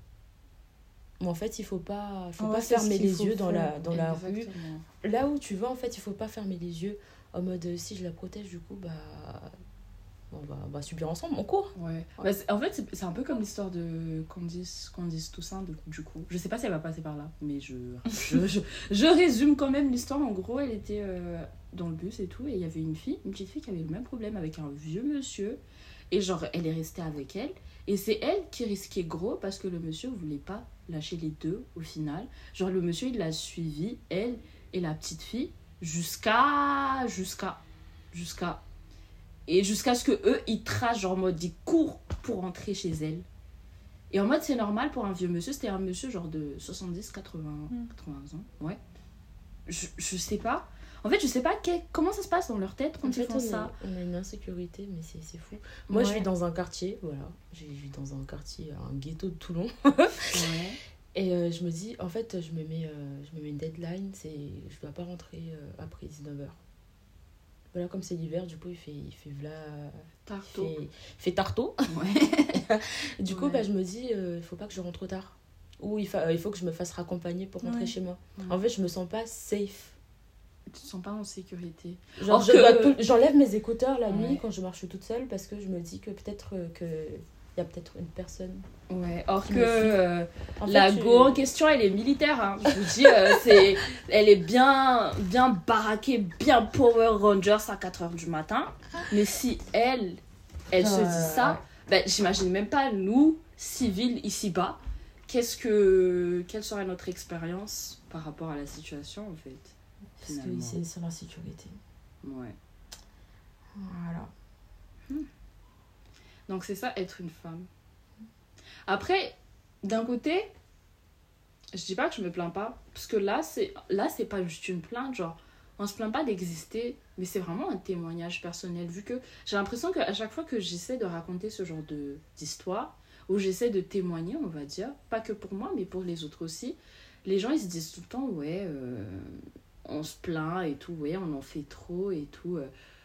Mais en fait, il faut pas, faut ouais, pas fermer les yeux dans, la, dans la Exactement. rue. Là où tu vas, en fait, il faut pas fermer les yeux. En mode, si je la protège, du coup, bah, on va, on va subir ensemble mon cours. Ouais. ouais. Bah, c'est, en fait, c'est, c'est un peu comme l'histoire de Candice, Candice Toussaint, de, du coup. Je sais pas si elle va passer par là, mais je, je, je, je résume quand même l'histoire. En gros, elle était euh, dans le bus et tout, et il y avait une fille, une petite fille qui avait le même problème avec un vieux monsieur. Et genre, elle est restée avec elle. Et c'est elle qui risquait gros parce que le monsieur voulait pas lâcher les deux au final. Genre, le monsieur, il l'a suivi, elle et la petite fille. Jusqu'à, jusqu'à, jusqu'à, et jusqu'à ce que eux ils tracent genre en mode ils courent pour rentrer chez elle. Et en mode c'est normal pour un vieux monsieur, c'était un monsieur genre de soixante-dix quatre-vingts, mm. quatre-vingts ans, ouais. Je, je sais pas, en fait je sais pas quel, comment ça se passe dans leur tête quand en ils fait, font on ça. A, on a une insécurité, mais c'est, c'est fou. Moi ouais. je vis dans un quartier, voilà, je vis dans un quartier, un ghetto de Toulon. Ouais. Et euh, je me dis, en fait, je me mets, euh, je me mets une deadline, c'est, je dois pas rentrer euh, après dix-neuf heures. Voilà, comme c'est l'hiver, du coup, il fait, il fait v'là... Tarto. Il fait, il fait tarto. Ouais. Du coup, ouais. bah, je me dis, il euh, faut pas que je rentre trop tard. Ou il, fa- il faut que je me fasse raccompagner pour rentrer ouais. chez moi. Ouais. En fait, je me sens pas safe. Tu te sens pas en sécurité. Genre, je que... dois tout... J'enlève mes écouteurs la nuit ouais. quand je marche toute seule parce que je me dis que peut-être que... il y a peut-être une personne. Ouais, or que euh, en fait, la tu... go en question, elle est militaire. Hein. Je vous dis, euh, c'est, elle est bien, bien baraquée, bien Power Rangers à quatre heures du matin. Mais si elle, elle euh... se dit ça, ben, j'imagine même pas, nous, civils, ici-bas, qu'est-ce que, quelle serait notre expérience par rapport à la situation, en fait. Parce que c'est sur la sécurité. Ouais. Voilà. Hmm. Donc c'est ça, être une femme. Après, d'un côté, je dis pas que je me plains pas, parce que là, c'est, là, c'est pas juste une plainte, genre, on se plaint pas d'exister, mais c'est vraiment un témoignage personnel, vu que j'ai l'impression qu'à chaque fois que j'essaie de raconter ce genre de, d'histoire, où j'essaie de témoigner, on va dire, pas que pour moi, mais pour les autres aussi, les gens, ils se disent tout le temps, ouais, euh, on se plaint et tout, ouais, on en fait trop et tout.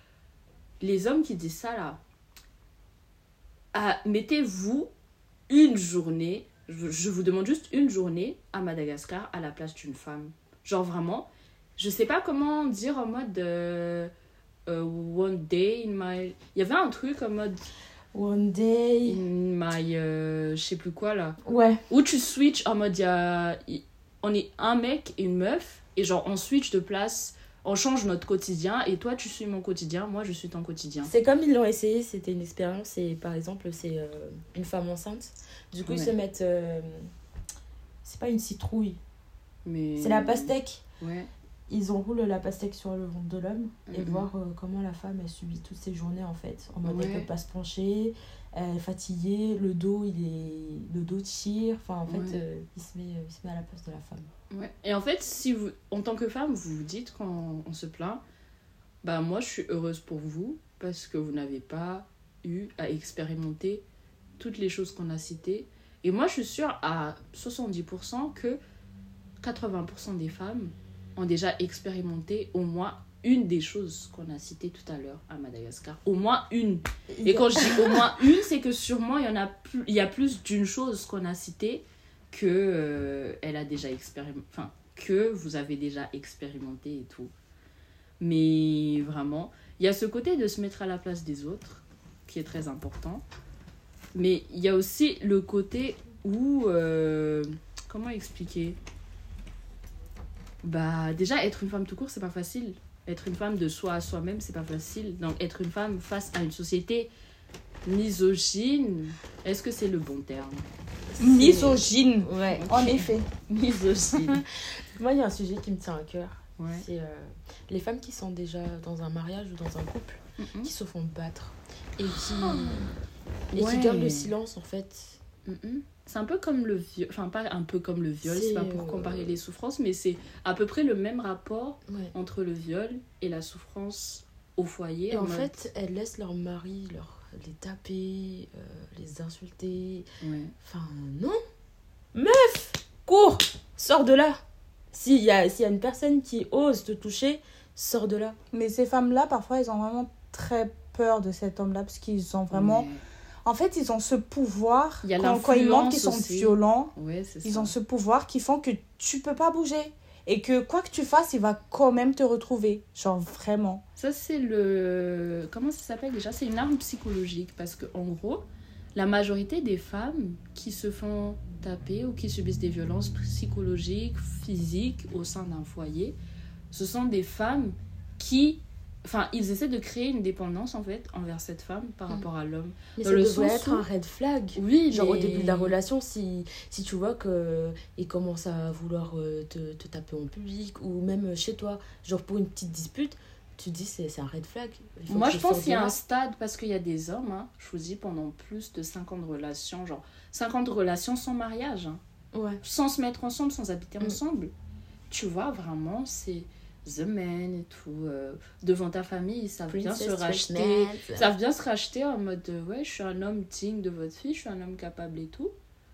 Les hommes qui disent ça, là, ah, mettez-vous une journée, je, je vous demande juste une journée à Madagascar à la place d'une femme. Genre vraiment, je sais pas comment dire en mode euh, uh, one day in my... Il y avait un truc en mode... One day... In my... Euh, je sais plus quoi là. Ouais. Où tu switches en mode, y a, y, on est un mec et une meuf, et genre on switch de place... On change notre quotidien et toi tu suis mon quotidien, moi je suis ton quotidien. C'est comme ils l'ont essayé, c'était une expérience et par exemple c'est euh, une femme enceinte. Du coup ouais. ils se mettent, euh, c'est pas une citrouille, mais... c'est la pastèque. Ouais. ils enroulent la pastèque sur le ventre de l'homme et Mhm. voir euh, comment la femme elle subit toutes ces journées en fait. En mode elle Ouais. peut pas se pencher, elle est fatiguée, le dos il est le dos tire, enfin en fait Ouais. euh, il se met euh, il se met à la place de la femme. Ouais. Et en fait, si vous, en tant que femme, vous vous dites quand on se plaint, bah moi je suis heureuse pour vous parce que vous n'avez pas eu à expérimenter toutes les choses qu'on a citées. Et moi je suis sûre à soixante-dix pour cent que quatre-vingts pour cent des femmes ont déjà expérimenté au moins une des choses qu'on a citées tout à l'heure à Madagascar. Au moins une. Et quand je dis au moins une, c'est que sûrement il y en a plus, il y a plus d'une chose qu'on a citée que euh, elle a déjà expérimenté, enfin que vous avez déjà expérimenté et tout. Mais vraiment, il y a ce côté de se mettre à la place des autres qui est très important. Mais il y a aussi le côté où euh, comment expliquer? Bah déjà être une femme tout court, c'est pas facile. Être une femme de soi à soi-même, c'est pas facile. Donc être une femme face à une société misogyne, est-ce que c'est le bon terme? Misogyne. Ouais. En effet. Misogyne. Moi il y a un sujet qui me tient à cœur. Ouais. C'est euh, les femmes qui sont déjà dans un mariage ou dans un couple Mhm. qui se font battre et qui et Ouais. qui gardent le silence en fait. Mhm. C'est un peu comme le viol, enfin pas un peu comme le viol, c'est C'est, pas pour euh, comparer les souffrances, mais c'est à peu près le même rapport Ouais. entre le viol et la souffrance au foyer. Et en mode- fait, elles laissent leur mari leur, les taper, euh, les insulter. ouais. Enfin, non. Meuf, cours, sors de là. S'il y a, s'il y a une personne qui ose te toucher, sors de là. Mais ces femmes-là, parfois, elles ont vraiment très peur de cet homme-là parce qu'ils ont vraiment... Ouais. En fait, ils ont ce pouvoir, Il y a quand, quand ils montrent qu'ils sont l'influence aussi. violents, Ouais, c'est ils ça. ont ce pouvoir qui font que tu peux pas bouger. Et que quoi que tu fasses, il va quand même te retrouver. Genre, vraiment. Ça, c'est le... Comment ça s'appelle déjà? C'est une arme psychologique. Parce que en gros, la majorité des femmes qui se font taper ou qui subissent des violences psychologiques, physiques au sein d'un foyer, ce sont des femmes qui... Enfin, ils essaient de créer une dépendance, en fait, envers cette femme par Mm. rapport à l'homme. Mais Dans ça le devrait sens être où- un red flag. Oui, Genre mais... au début de la relation, si, si tu vois qu'il commence à vouloir euh, te, te taper en public ou même chez toi, genre pour une petite dispute, tu te dis c'est, c'est un red flag. Il faut Moi, que je pense sorte qu'il y de a là. un stade, parce qu'il y a des hommes, hein, je vous dis, pendant plus de cinquante relations, genre cinquante relations sans mariage, hein, Ouais. sans se mettre ensemble, sans habiter Mm. ensemble. Tu vois, vraiment, c'est the man et tout. euh, devant ta famille, ils savent bien se Princess racheter. Treatment. Ils savent bien se racheter en mode, euh, ouais, je suis un homme digne de votre fille, je suis un homme capable et tout.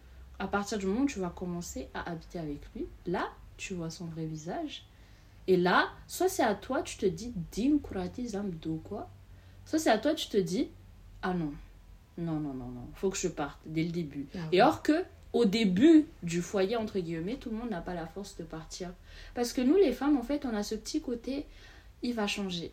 À partir du moment où tu vas commencer à habiter avec lui, là, tu vois son vrai visage. Et là, soit c'est à toi, tu te dis, dim kurati zamdo quoi. Soit c'est à toi, tu te dis, ah non, non, non, non, non, faut que je parte dès le début. Ah Et ouais. or que, au début du foyer, entre guillemets, tout le monde n'a pas la force de partir. Parce que nous, les femmes, en fait, on a ce petit côté, il va changer.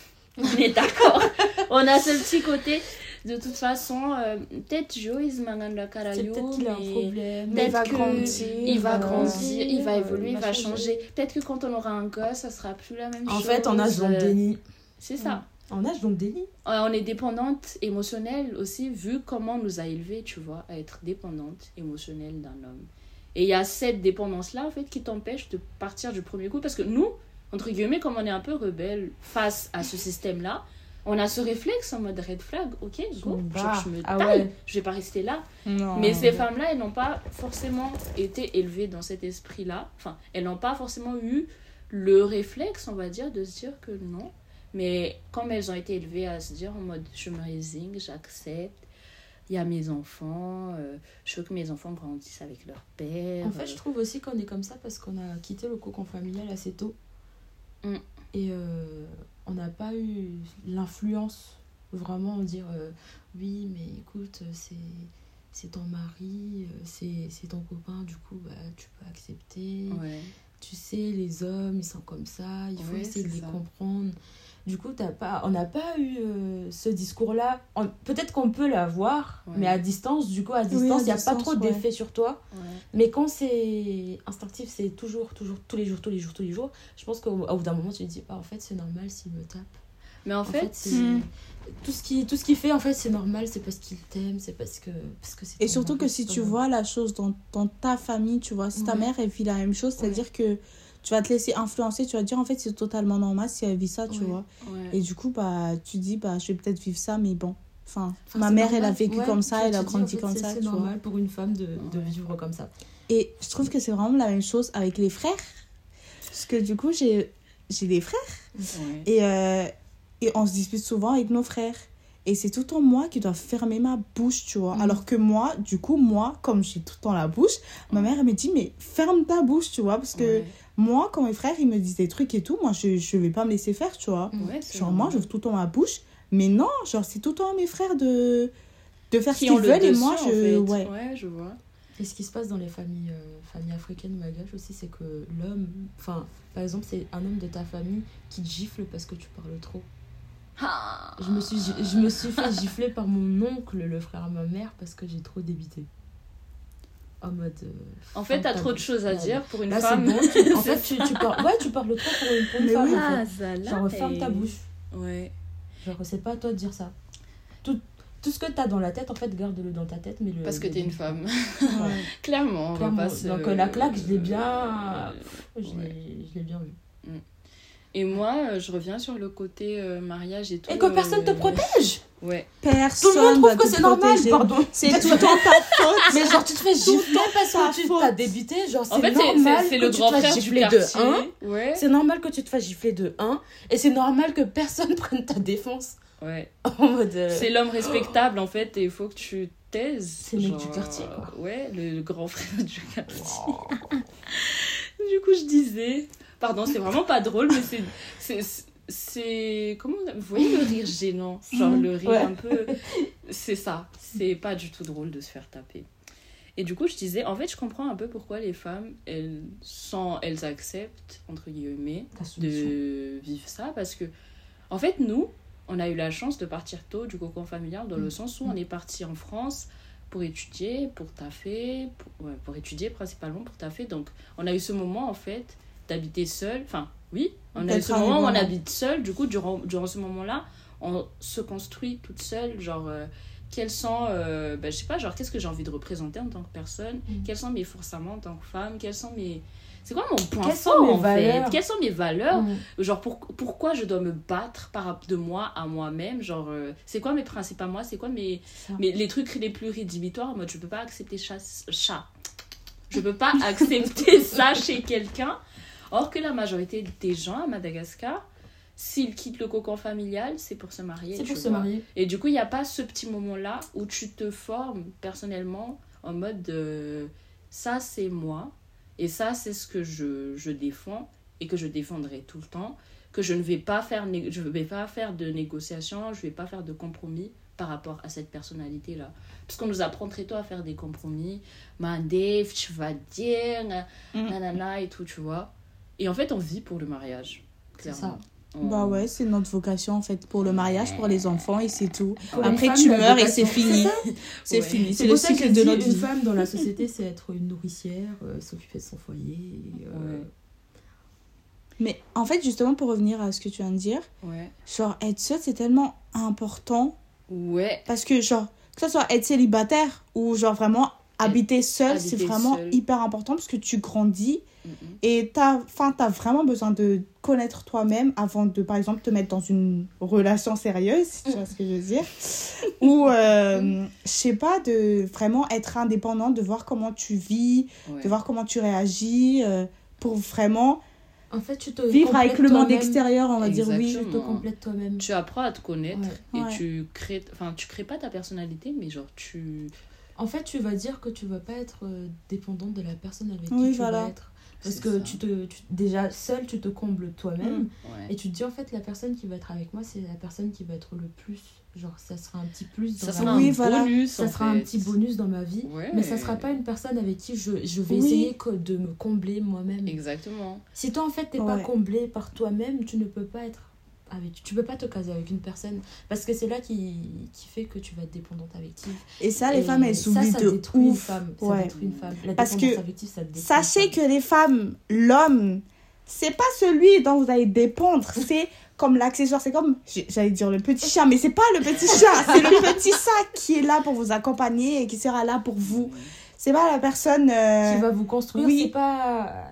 On est d'accord. On a ce petit côté, de toute façon, euh, peut-être Joyce Manganda C'est Karayo, peut-être qu'il a un mais problème. Mais il va peut-être que grandir. il va euh, grandir, il va évoluer, il va changer. changer. Peut-être que quand on aura un gosse, ça sera plus la même En chose. fait, on nage dans le Euh, déni. C'est ça. On nage dans le déni. Euh, On est dépendante émotionnelle aussi, vu comment on nous a élevés, tu vois, à être dépendante émotionnelle d'un homme. Et il y a cette dépendance-là, en fait, qui t'empêche de partir du premier coup. Parce que nous, entre guillemets, comme on est un peu rebelle face à ce système-là, on a ce réflexe en mode red flag. Ok, go, me genre, bats. je me Ah taille, ouais. je vais pas rester là. Non. Mais ces femmes-là, elles n'ont pas forcément été élevées dans cet esprit-là. Enfin, elles n'ont pas forcément eu le réflexe, on va dire, de se dire que non. Mais comme elles ont été élevées à se dire en mode je me résigne, j'accepte, il y a mes enfants, euh, je veux que mes enfants grandissent avec leur père. En fait, je trouve aussi qu'on est comme ça parce qu'on a quitté le cocon familial assez tôt. Mm. Et euh, on n'a pas eu l'influence vraiment de dire euh, oui, mais écoute, c'est, c'est ton mari, euh, c'est, c'est ton copain, du coup, bah, tu peux accepter. Ouais. Tu sais, les hommes, ils sont comme ça, il faut Ouais, essayer de c'est les ça. comprendre. Du coup, t'as pas, on n'a pas eu euh, ce discours-là. On- peut-être qu'on peut l'avoir, Ouais. mais à distance, du coup, à à distance, il n'y a pas distance, trop ouais. d'effet sur toi. Ouais. Mais quand c'est instinctif, c'est toujours, toujours, tous les jours, tous les jours, tous les jours, je pense qu'au au bout d'un moment, tu te dis, ah, en fait, c'est normal s'il me tape. Mais en, En fait, fait, c'est... Mm. tout ce qui tout ce qu'il fait, en fait, c'est normal, c'est parce qu'il t'aime, c'est parce que, parce que c'est Et ton surtout mari, que c'est si ton tu homme. vois la chose dans, dans ta famille, tu vois, si ta Ouais. mère, elle vit la même chose, c'est-à-dire que tu vas te laisser influencer, tu vas te dire en fait c'est totalement normal si elle vit ça, tu Ouais. vois. Ouais. Et du coup, bah, tu dis, bah, je vais peut-être vivre ça, mais bon. Enfin, Enfin, ma c'est mère, elle a normal. vécu Ouais, comme ça, tu elle a te dis, grandi en fait, comme c'est- ça, C'est tu vois. normal pour une femme de, de Ouais. vivre comme ça. Et je trouve que c'est vraiment la même chose avec les frères. Parce que du coup, j'ai, j'ai des frères. Ouais. Et, euh, et on se dispute souvent avec nos frères. Et c'est tout le temps moi qui dois fermer ma bouche, tu vois. Mhm. Alors que moi, du coup, moi, comme j'ai tout le temps la bouche, ma mère, elle me dit, mais ferme ta bouche, tu vois. Parce que Ouais. moi, quand mes frères, ils me disent des trucs et tout, moi, je, je vais pas me laisser faire, tu vois. Ouais, c'est Genre, moi, normal. j'ouvre tout le temps ma bouche. Mais non, genre, c'est tout le temps à mes frères de, de faire ce Qui qu'ils ont le veulent. Et dessus, moi, en je... fait. Ouais. Ouais, je vois. Et ce qui se passe dans les familles, euh, familles africaines ou malgaches aussi, c'est que l'homme, enfin, par exemple, c'est un homme de ta famille qui te gifle parce que tu parles trop. Ah. Je me suis, gi- je me suis fait gifler par mon oncle, le frère à ma mère, parce que j'ai trop débité. En mode. euh, En fait, t'as ferme ta trop de bouche. choses à Ouais. dire pour une Là, c'est femme. bon. tu- en fait, tu, tu parles, ouais, tu parles trop pour une, pour une Mais femme. oui. en Ah, fait. ça là. Genre, ferme ta et- bouche. Ouais. Genre, c'est pas à toi de dire ça. Tout, tout ce que t'as dans la tête, en fait, garde-le dans ta tête. Mais le, Parce que le- t'es une femme. Voilà. Clairement, on va Clairement. pas se... Donc, euh, la claque, je l'ai bien. Euh, Je ouais. l'ai- je l'ai bien vu. Et moi, euh, je reviens sur le côté euh, mariage et tout. Et que personne te euh, protège! Ouais. Personne Tout le monde va trouve que te c'est normal, protéger. pardon. C'est tout le temps ta faute. Mais genre, tu te fais gifler parce ta que tu faute. t'as débité. Genre, c'est En fait, c'est- normal c'est c'est que le tu grand te fasses frère du gifler quartier. de un. Ouais. C'est normal que tu te fasses gifler de un. Et c'est normal que personne prenne ta défense. Ouais. En mode. euh, C'est l'homme respectable, en fait, et il faut que tu taises. C'est le mec Genre, du quartier, quoi. Ouais, le, le grand frère du quartier. Du coup, je disais... Pardon, c'est vraiment pas drôle, mais c'est... c'est c'est comment on a- vous voyez le rire gênant, genre le rire Ouais. un peu, c'est ça, c'est pas du tout drôle de se faire taper. Et du coup je disais, en fait je comprends un peu pourquoi les femmes elles sont, elles acceptent entre guillemets Ta solution. de vivre ça, parce que en fait nous on a eu la chance de partir tôt du cocon familial, dans le Mm. sens où on est parti en France pour étudier, pour taffer, pour, ouais, pour étudier principalement, pour taffer, donc on a eu ce moment en fait d'habiter seul, enfin oui, on a eu D'être ce moment où on indépendant. habite seul, du coup durant, durant ce moment-là, on se construit toute seule, genre euh, quelles sont, euh, ben, je sais pas, genre qu'est-ce que j'ai envie de représenter en tant que personne, Mm. quelles sont mes forces à moi en tant que femme, quelles sont mes... C'est quoi mon point Quelles sont fort mes en valeurs fait? Quelles sont mes valeurs? Mm. Genre pour, pourquoi je dois me battre par rap- de moi à moi-même? Genre euh, c'est quoi mes principes à moi? C'est quoi mes, Ça. mes les trucs les plus rédhibitoires? En mode je peux pas accepter chat, chat. Je peux pas accepter ça chez quelqu'un. Or que la majorité des gens à Madagascar, s'ils quittent le cocon familial, c'est pour se marier. C'est tu pour se vois. marier. Et du coup, il n'y a pas ce petit moment-là où tu te formes personnellement en mode de, ça c'est moi et ça c'est ce que je, je défends et que je défendrai tout le temps, que je ne vais pas faire, né- je vais pas faire de négociation, je vais pas faire de compromis par rapport à cette personnalité-là. Parce qu'on nous apprend très tôt à faire des compromis. Mandef, tu vas dire, Mm. nanana et tout, tu vois. Et en fait, on vit pour le mariage. C'est Clairement. ça. On- Bah ouais, c'est notre vocation en fait pour le mariage, pour les enfants et c'est tout. Pour les Après femmes, tu la meurs et vocation, c'est fini. ça. C'est Ouais. fini. C'est C'est le pour ça que cycle je de dis, notre une vie. femme dans la société, c'est être une nourricière, euh, s'occuper de son foyer. et, euh, Ouais. Mais en fait, justement, pour revenir à ce que tu viens de dire, Ouais. genre être seule, c'est tellement important. Ouais. Parce que, genre, que ce soit être célibataire ou, genre, vraiment habiter seul, c'est habiter vraiment seul. hyper important parce que tu grandis Mhm. et t'as, enfin, t'as vraiment besoin de connaître toi-même avant de, par exemple, te mettre dans une relation sérieuse, si tu vois ce que je veux dire. Ou, euh, je sais pas, de vraiment être indépendante, de voir comment tu vis, Ouais. de voir comment tu réagis euh, pour vraiment En fait, tu te vivre avec complètes le monde toi-même. extérieur, on va dire oui. Tu te complètes toi-même. Tu apprends à te connaître Ouais. et Ouais. tu crées, enfin tu crées pas ta personnalité, mais genre tu, En fait, tu vas dire que tu vas pas être euh, dépendante de la personne avec Oui, qui tu voilà. vas être. Parce C'est que ça. tu te, tu- déjà, seul, tu te combles toi-même. Mm. ouais. Et tu te dis, en fait, la personne qui va être avec moi, c'est la personne qui va être le plus. Genre, ça sera un petit plus dans Ça ma sera vie. Oui, un voilà. bonus. Ça en sera un fait. petit bonus dans ma vie. Ouais. Mais ça sera pas une personne avec qui je, je vais Oui. essayer que de me combler moi-même. Exactement. Si toi, en fait, t'es pas Ouais. comblé par toi-même, tu ne peux pas être avec... Tu peux pas te caser avec une personne. Parce que c'est là qui, qui fait que tu vas être dépendante affective. Et ça, les Et femmes, elles ça, s'oublient ça de détruit une ouf. femme. Ça Ouais. détruit une femme. La Parce dépendance que affective, ça détruit Sachez une femme. que les femmes, l'homme, c'est pas celui dont vous allez dépendre. C'est comme l'accessoire. C'est comme, j'ai- j'allais dire le petit chat, mais c'est pas le petit chat. C'est le petit sac qui est là pour vous accompagner et qui sera là pour vous. C'est pas la personne. euh, Qui va vous construire, oui. c'est pas...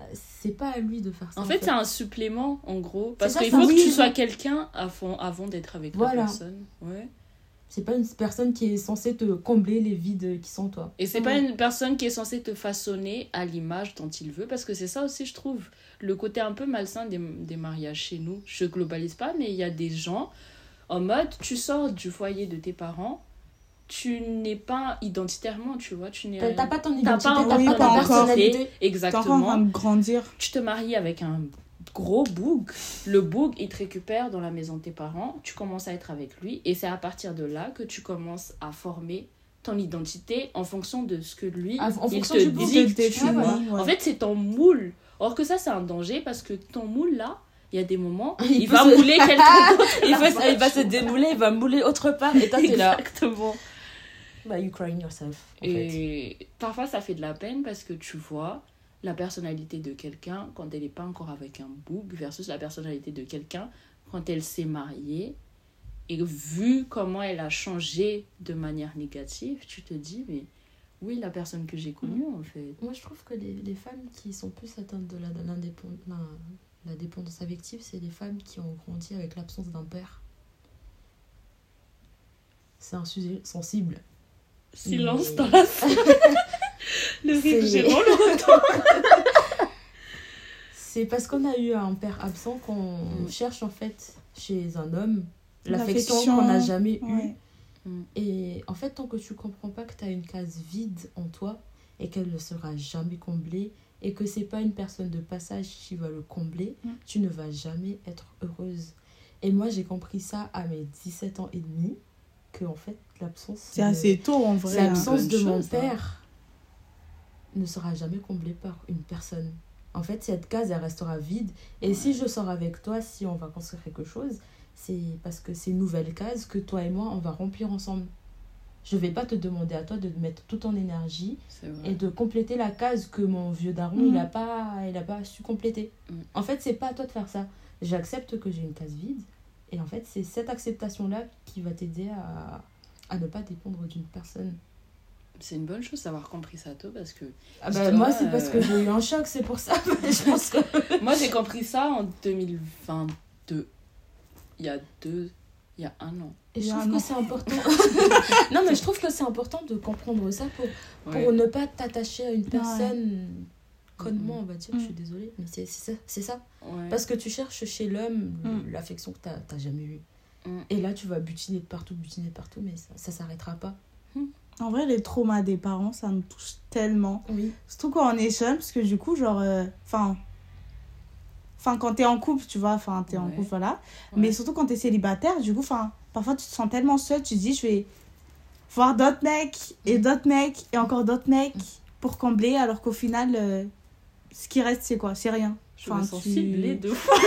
c'est pas à lui de faire ça. En, en fait, fait, c'est un supplément, en gros. Parce qu'il ça, faut oui, que tu oui. sois quelqu'un avant, avant d'être avec voilà. la personne. Ouais. C'est pas une personne qui est censée te combler les vides qui sont toi. Et c'est mmh. pas une personne qui est censée te façonner à l'image dont il veut. Parce que c'est ça aussi, je trouve, le côté un peu malsain des, des mariages chez nous. Je globalise pas, mais il y a des gens en mode, tu sors du foyer de tes parents, tu n'es pas identitairement, tu vois, tu n'es t'as, t'as pas ton t'as identité, pas, t'as oui, pas ta personnalité. Exactement. T'es encore en train de grandir. Tu te maries avec un gros boug. Le boug, il te récupère dans la maison de tes parents. Tu commences à être avec lui. Et c'est à partir de là que tu commences à former ton identité en fonction de ce que lui, ah, en il fonction te du boug, dit. Tu Ah, voilà. ouais. En fait, c'est ton moule. Or que ça, c'est un danger parce que ton moule, là, il y a des moments, il, il va se... mouler quelqu'un d'autre. il, va, il va se démouler, il va mouler autre part. Et toi, t'es là. Exactement. Bah, you crying yourself. En et fait. parfois, ça fait de la peine parce que tu vois la personnalité de quelqu'un quand elle n'est pas encore avec un bouc versus la personnalité de quelqu'un quand elle s'est mariée. Et vu comment elle a changé de manière négative, tu te dis, mais oui, la personne que j'ai connue, mmh. en fait. Moi, je trouve que les, les femmes qui sont plus atteintes de la, de l'indépendance, la, la dépendance affective, c'est les femmes qui ont grandi avec l'absence d'un père. C'est un sujet sensible. Silence mais... dans la salle. Le rire gérant le retour. C'est parce qu'on a eu un père absent qu'on mmh. cherche en fait chez un homme l'affection, l'affection. qu'on n'a jamais ouais. eue. Mmh. Et en fait, tant que tu comprends pas que tu as une case vide en toi et qu'elle ne sera jamais comblée et que c'est pas une personne de passage qui va le combler, mmh. tu ne vas jamais être heureuse. Et moi, j'ai compris ça à mes dix-sept ans et demi, que en fait, l'absence... C'est de... assez tôt, en vrai. L'absence de chose, mon hein. père ne sera jamais comblée par une personne. En fait, cette case, elle restera vide. Et ouais. si je sors avec toi, si on va construire quelque chose, c'est parce que c'est une nouvelle case que toi et moi, on va remplir ensemble. Je vais pas te demander à toi de mettre toute ton énergie et de compléter la case que mon vieux daron, mmh. il a pas, il a pas su compléter. Mmh. En fait, c'est pas à toi de faire ça. J'accepte que j'ai une case vide. Et en fait, c'est cette acceptation-là qui va t'aider à, à ne pas dépendre d'une personne. C'est une bonne chose d'avoir compris ça tôt parce que... Ah bah, moi, c'est euh... parce que j'ai eu un choc, c'est pour ça. Je pense que... moi, j'ai compris ça en deux mille vingt-deux. Il y a deux... Il y a un an. Et je trouve que c'est important. Non, mais je trouve que c'est important de comprendre ça pour, pour ouais. ne pas t'attacher à une personne... Ouais. Connement, on va dire, mmh. je suis désolée, mais c'est, c'est ça. C'est ça. Ouais. Parce que tu cherches chez l'homme mmh. l'affection que tu n'as jamais eue. Mmh. Et là, tu vas butiner de partout, butiner de partout, mais ça ne s'arrêtera pas. Mmh. En vrai, les traumas des parents, ça me touche tellement. Oui. Surtout quand on est jeune, parce que du coup, genre... Enfin, euh, enfin quand tu es en couple, tu vois, enfin, tu es ouais. en couple, voilà. Ouais. Mais surtout quand tu es célibataire, du coup, enfin, parfois, tu te sens tellement seule, tu te dis, je vais voir d'autres mecs, et d'autres mecs, et encore d'autres mecs, mmh. pour combler, alors qu'au final... Euh, ce qui reste, c'est quoi ? C'est rien. Je enfin, me sens tu... ciblée de fou.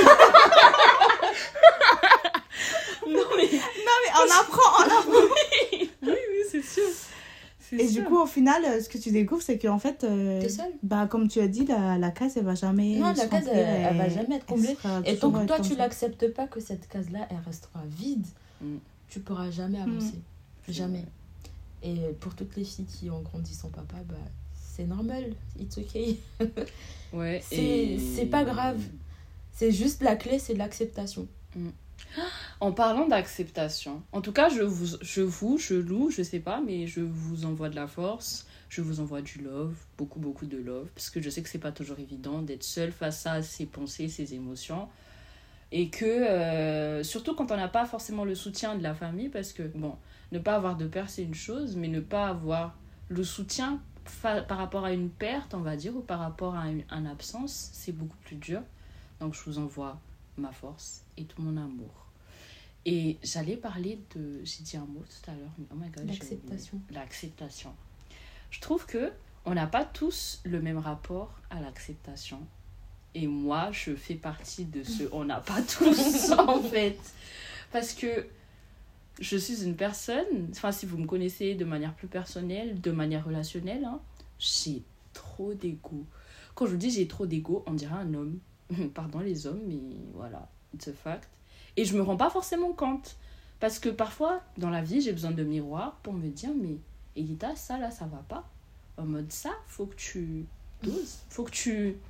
non, mais... non, mais on apprend, on apprend. oui, oui, oui, c'est sûr. C'est et sûr. Du coup, au final, ce que tu découvres, c'est qu'en fait... Euh, T'es seule ? Bah, comme tu as dit, la, la case, elle va jamais... Non, la case, elle, elle, elle va jamais être comblée. Et tant que toi, tu ça. l'acceptes pas que cette case-là, elle restera vide, mm. tu pourras jamais avancer. Mm. Jamais. Et pour toutes les filles qui ont grandi sans papa, bah... c'est normal, it's okay. Ouais, c'est, et... c'est pas grave. C'est juste la clé, c'est l'acceptation. Mm. En parlant d'acceptation, en tout cas, je vous, je vous, je loue, je sais pas, mais je vous envoie de la force, je vous envoie du love, beaucoup, beaucoup de love, parce que je sais que c'est pas toujours évident d'être seul face à ses pensées, ses émotions. Et que, euh, surtout quand on n'a pas forcément le soutien de la famille, parce que, bon, ne pas avoir de père, c'est une chose, mais ne pas avoir le soutien Fa- par rapport à une perte, on va dire, ou par rapport à une, une absence, c'est beaucoup plus dur. Donc, je vous envoie ma force et tout mon amour. Et j'allais parler de... J'ai dit un mot tout à l'heure, mais oh my God, l'acceptation. J'ai... L'acceptation. Je trouve que on n'a pas tous le même rapport à l'acceptation. Et moi, je fais partie de ceux... On n'a pas tous, en fait. Parce que je suis une personne, enfin si vous me connaissez de manière plus personnelle, de manière relationnelle, hein, j'ai trop d'ego. Quand je vous dis j'ai trop d'ego, on dirait un homme. Pardon les hommes, mais voilà, it's a fact. Et je me rends pas forcément compte. Parce que parfois, dans la vie, j'ai besoin de miroir pour me dire, mais Elita, ça là, ça va pas. En mode ça, faut que tu doses, faut que tu...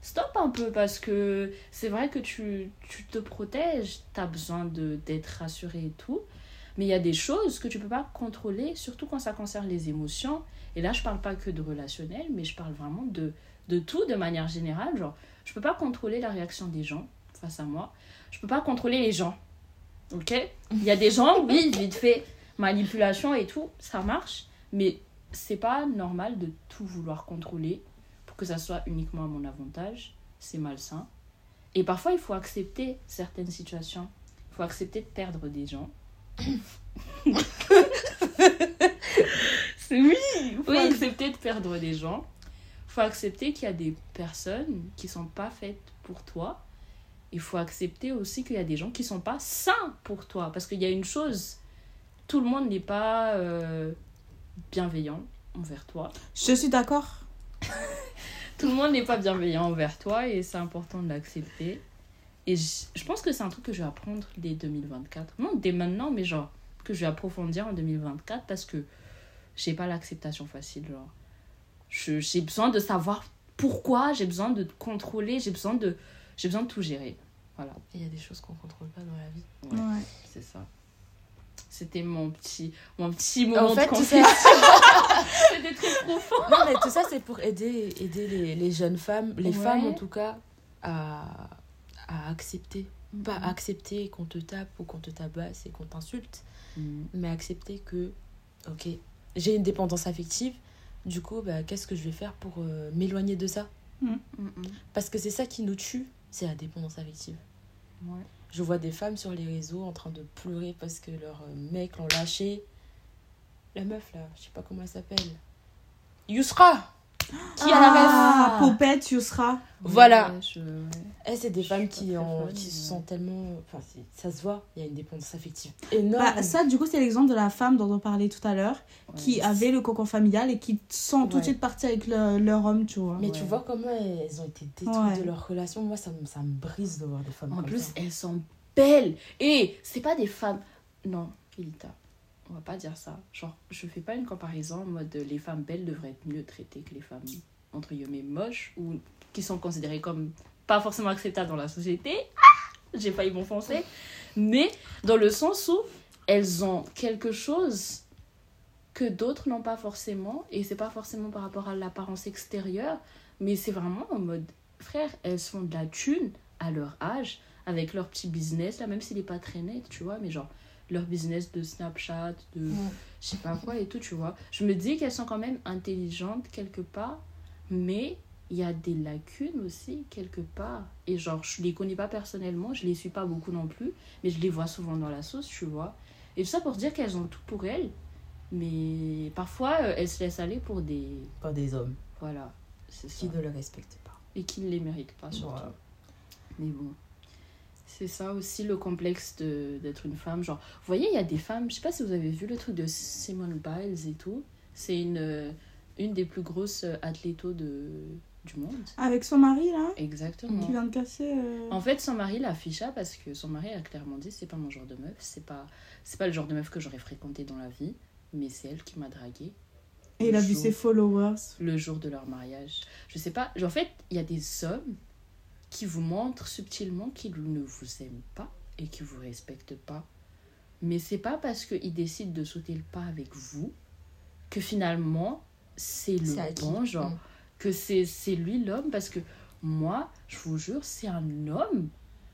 stop un peu, parce que c'est vrai que tu, tu te protèges, tu as besoin de, d'être rassuré et tout, mais il y a des choses que tu peux pas contrôler, surtout quand ça concerne les émotions. Et là, je parle pas que de relationnel, mais je parle vraiment de, de tout de manière générale. Genre, je peux pas contrôler la réaction des gens face à moi. Je peux pas contrôler les gens. Ok ? Il y a des gens, oui, vite fait, manipulation et tout, ça marche, mais c'est pas normal de tout vouloir contrôler pour que ça soit uniquement à mon avantage. C'est malsain. Et parfois, il faut accepter certaines situations. Il faut accepter de perdre des gens. c'est oui, il faut Oui. accepter de perdre des gens. Il faut accepter qu'il y a des personnes qui sont pas faites pour toi. Il faut accepter aussi qu'il y a des gens qui sont pas sains pour toi. Parce qu'il y a une chose, tout le monde n'est pas euh, bienveillant envers toi. Je suis d'accord. Tout le monde n'est pas bienveillant envers toi et c'est important de l'accepter. Et je, je pense que c'est un truc que je vais apprendre dès deux mille vingt-quatre. Non, dès maintenant, mais genre, que je vais approfondir en deux mille vingt-quatre parce que j'ai pas l'acceptation facile. Genre, je, j'ai besoin de savoir pourquoi, j'ai besoin de contrôler, j'ai besoin de, j'ai besoin de tout gérer. Voilà. Il y a des choses qu'on contrôle pas dans la vie. Ouais, Ouais. c'est ça. C'était mon petit, mon petit moment En fait, de tout confession. ça, C'était très profond. non, mais tout ça, c'est pour aider, aider les, les jeunes femmes, les Ouais. femmes en tout cas, à, à accepter. Pas Mhm. accepter qu'on te tape ou qu'on te tabasse et qu'on t'insulte, Mhm. mais accepter que, ok, j'ai une dépendance affective, du coup, bah, qu'est-ce que je vais faire pour euh, m'éloigner de ça ? Mhm. Parce que c'est ça qui nous tue, c'est la dépendance affective. Ouais. Je vois des femmes sur les réseaux en train de pleurer parce que leur euh, mec l'ont lâché. La meuf là, je sais pas comment elle s'appelle. Yousra Qui a la ref Ah, Popette, Yousra. Voilà. Ouais, je... ouais. Eh, c'est des Je femmes suis pas qui, très en, fan, qui mais- se sentent tellement... Enfin, c'est- ça se voit, il y a une dépendance affective énorme. Bah, ça, du coup, c'est l'exemple de la femme dont on parlait tout à l'heure, Ouais. qui avait le cocon familial et qui sont tout de Ouais. suite parties avec le- leur homme, tu vois. Mais Ouais. tu vois comment elles ont été détruites Ouais. de leur relation. Moi, ça, me- ça me brise de voir des femmes En comme plus, ça. elles sont belles. Et c'est pas des femmes... Non, Elita, on va pas dire ça. Genre, je fais pas une comparaison en mode les femmes belles devraient être mieux traitées que les femmes, entre guillemets, moches, ou qui sont considérées comme pas forcément acceptables dans la société. Ah, j'ai failli m'enfoncer. Mais dans le sens où elles ont quelque chose que d'autres n'ont pas forcément. Et c'est pas forcément par rapport à l'apparence extérieure, mais c'est vraiment en mode... Frère, elles se font de la thune à leur âge, avec leur petit business, là, même s'il n'est pas très net, tu vois, mais genre, leur business de Snapchat, de Ouais. je sais pas quoi et tout, tu vois. Je me dis qu'elles sont quand même intelligentes quelque part, mais il y a des lacunes aussi quelque part. Et genre, je les connais pas personnellement, je les suis pas beaucoup non plus, mais je les vois souvent dans la sauce, tu vois. Et tout ça pour dire qu'elles ont tout pour elles, mais parfois, euh, elles se laissent aller pour des... Pas des hommes Voilà, c'est ça. qui ne le respectent pas. Et qui ne les méritent pas, surtout. Voilà. Mais bon, c'est ça aussi le complexe de, d'être une femme. Genre, vous voyez, il y a des femmes, je sais pas si vous avez vu le truc de Simone Biles et tout. C'est une, euh, une des plus grosses athlétos de, du monde. Avec son mari, là, Exactement. qui vient de casser... euh, En fait, son mari l'afficha parce que son mari a clairement dit c'est pas mon genre de meuf, c'est pas, c'est pas le genre de meuf que j'aurais fréquenté dans la vie, mais c'est elle qui m'a draguée. Et il a Le vu jour- ses followers. le jour de leur mariage. Je sais pas, en fait, il y a des hommes qui vous montrent subtilement qu'ils ne vous aiment pas et qui vous respectent pas. Mais c'est pas parce qu'ils décident de sauter le pas avec vous que finalement c'est le C'est acquis. bon genre, Mm. que c'est, c'est lui l'homme, parce que moi, je vous jure, c'est un homme.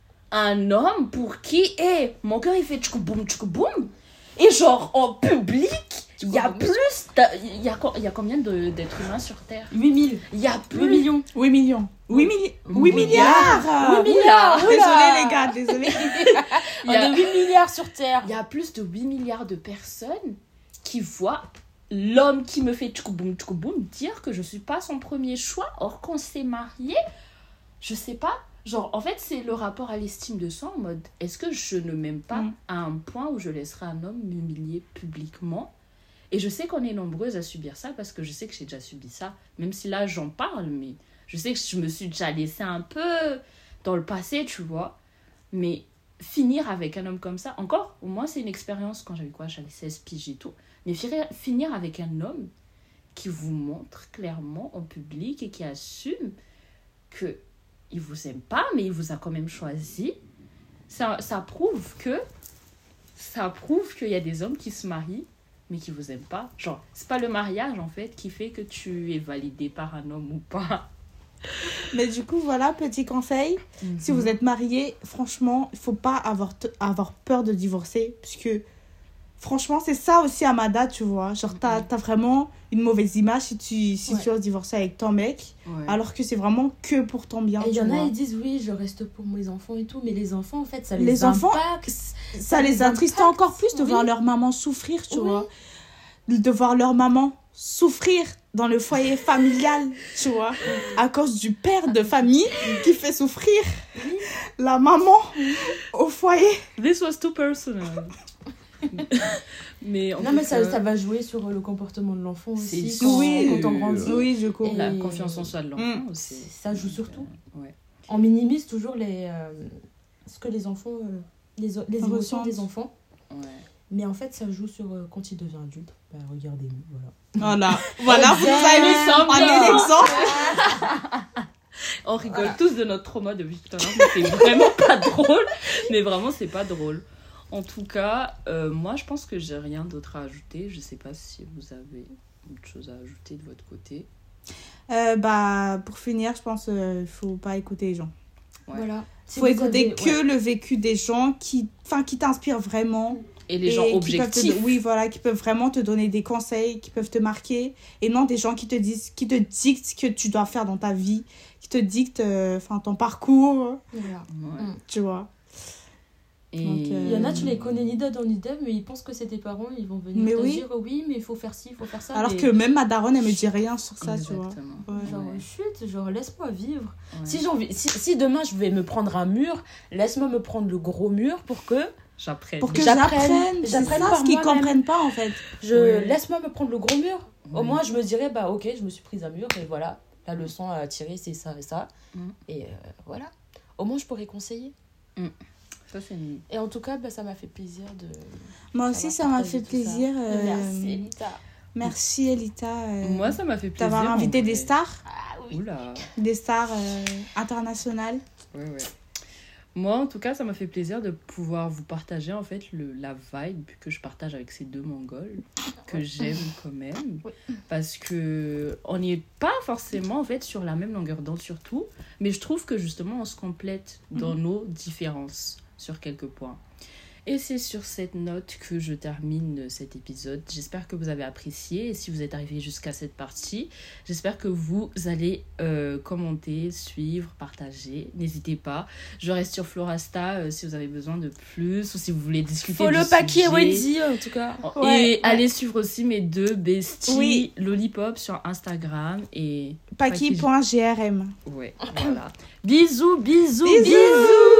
Un homme pour qui, hé, mon cœur il fait tchoukoboum tchoukoboum. Et genre en public, il y a plus. d'a- Il y a, co- il y a combien de, d'êtres humains sur Terre? huit mille. Il y a huit plus. millions. huit millions. huit, milli- huit Oui. milliards. huit milliards. Désolé, Oula. les gars, désolé. Il On y a- est huit milliards sur Terre. Il y a plus de huit milliards de personnes qui voient l'homme qui me fait tchoukoboum tchoukoboum dire que je suis pas son premier choix. Or, quand c'est marié, je sais pas. Genre, en fait, c'est le rapport à l'estime de soi en mode est-ce que je ne m'aime pas Mm. à un point où je laisserai un homme m'humilier publiquement? Et je sais qu'on est nombreuses à subir ça parce que je sais que j'ai déjà subi ça. Même si là, j'en parle, mais je sais que je me suis déjà laissée un peu dans le passé, tu vois. Mais finir avec un homme comme ça, encore, au moins c'est une expérience quand j'avais quoi, j'avais seize piges et tout. Mais finir, finir avec un homme qui vous montre clairement en public et qui assume que il vous aime pas, mais il vous a quand même choisi. Ça, ça prouve que ça prouve qu'il y a des hommes qui se marient mais qui vous aiment pas. Genre, c'est pas le mariage en fait qui fait que tu es validé par un homme ou pas. Mais du coup, voilà, petit conseil. Mm-hmm. Si vous êtes marié, franchement, il faut pas avoir, t- avoir peur de divorcer. Parce que, franchement, c'est ça aussi, Amada, tu vois. Genre, t'as, t'as vraiment une mauvaise image si tu, si ouais. tu oses divorcer avec ton mec. Ouais. Alors que c'est vraiment que pour ton bien. Et il y en vois. a, ils disent, oui, je reste pour mes enfants et tout. Mais les enfants, en fait, ça les, les impacte. Enfants, ça, ça les attriste encore plus de oui. voir leur maman souffrir, tu oui. vois. De voir leur maman souffrir dans le foyer familial, tu vois, à cause du père de famille qui fait souffrir la maman au foyer. This was too personal. mais non, mais ça, ça va jouer sur le comportement de l'enfant aussi. Quand, oui, quand on grandit. Oui, je comprends. Et la confiance en soi de l'enfant mmh. aussi. Ça joue surtout. Ouais. On minimise toujours les, euh, ce que les enfants, euh, les, les émotions ressentent. Des enfants. Ouais. Mais en fait, ça joue sur euh, quand il devient adulte. Bah, regardez-nous, voilà. Voilà, voilà, vous nous avez mis un exemple. On rigole voilà. tous de notre trauma depuis tout à l'heure, mais c'est vraiment pas drôle. Mais vraiment, c'est pas drôle. En tout cas, euh, moi, je pense que j'ai rien d'autre à ajouter. Je sais pas si vous avez autre chose à ajouter de votre côté. Euh, bah, pour finir, je pense qu'il euh, faut pas écouter les gens. Ouais. Voilà. Il si faut écouter avez... que ouais. le vécu des gens qui, qui t'inspirent vraiment. Et les gens et objectifs. Te, oui, voilà, qui peuvent vraiment te donner des conseils, qui peuvent te marquer. Et non des gens qui te disent, qui te dictent ce que tu dois faire dans ta vie, qui te dictent euh, ton parcours. Voilà. Ouais. Tu vois. Et... Donc, euh... il y en a, tu les connais ni d'eux ni d'eux, mais ils pensent que c'est tes parents, ils vont venir mais te oui. dire oui, mais il faut faire ci, il faut faire ça. Alors mais... que même ma daronne, elle me dit rien sur ça, Exactement. tu vois. Ouais. Genre, ouais. chut, genre, laisse-moi vivre. Ouais. Si, j'ai envie, si, si demain je vais me prendre un mur, laisse-moi me prendre le gros mur pour que j'apprenne. Pour que j'apprenne. J'apprenne, j'apprenne par ce qu'ils comprennent pas, en fait. Je... Ouais. Laisse-moi me prendre le gros mur. Ouais. Au moins, je me dirais, bah, ok, je me suis prise un mur et voilà, la leçon à tirer, c'est ça et ça. Mm. Et euh, voilà. Au moins, je pourrais conseiller. Mm. Ça, c'est une... Et en tout cas, bah, ça m'a fait plaisir de... Moi aussi, ça m'a fait plaisir. Euh... Merci, Elita. Merci, Elita. Euh... Moi, ça m'a fait plaisir. D'avoir invité des stars. Ah oui. Oula. Des stars euh, internationales. Ouais, ouais. Moi, en tout cas, ça m'a fait plaisir de pouvoir vous partager, en fait, le, la vibe que je partage avec ces deux Mongols, que j'aime quand même. Oui. Parce qu'on n'est pas forcément, en fait, sur la même longueur d'onde sur tout, mais je trouve que, justement, on se complète dans mm-hmm. nos différences sur quelques points. Et c'est sur cette note que je termine cet épisode. J'espère que vous avez apprécié. Et si vous êtes arrivé jusqu'à cette partie, j'espère que vous allez euh, commenter, suivre, partager. N'hésitez pas. Je reste sur Florasta euh, si vous avez besoin de plus ou si vous voulez discuter Follow du Paki sujet. et Wendy, en tout cas. Et ouais, ouais. allez suivre aussi mes deux besties, oui. Lollipop sur Instagram et Paki point G R M. Ouais, voilà. Bisous, bisous, bisous. bisous.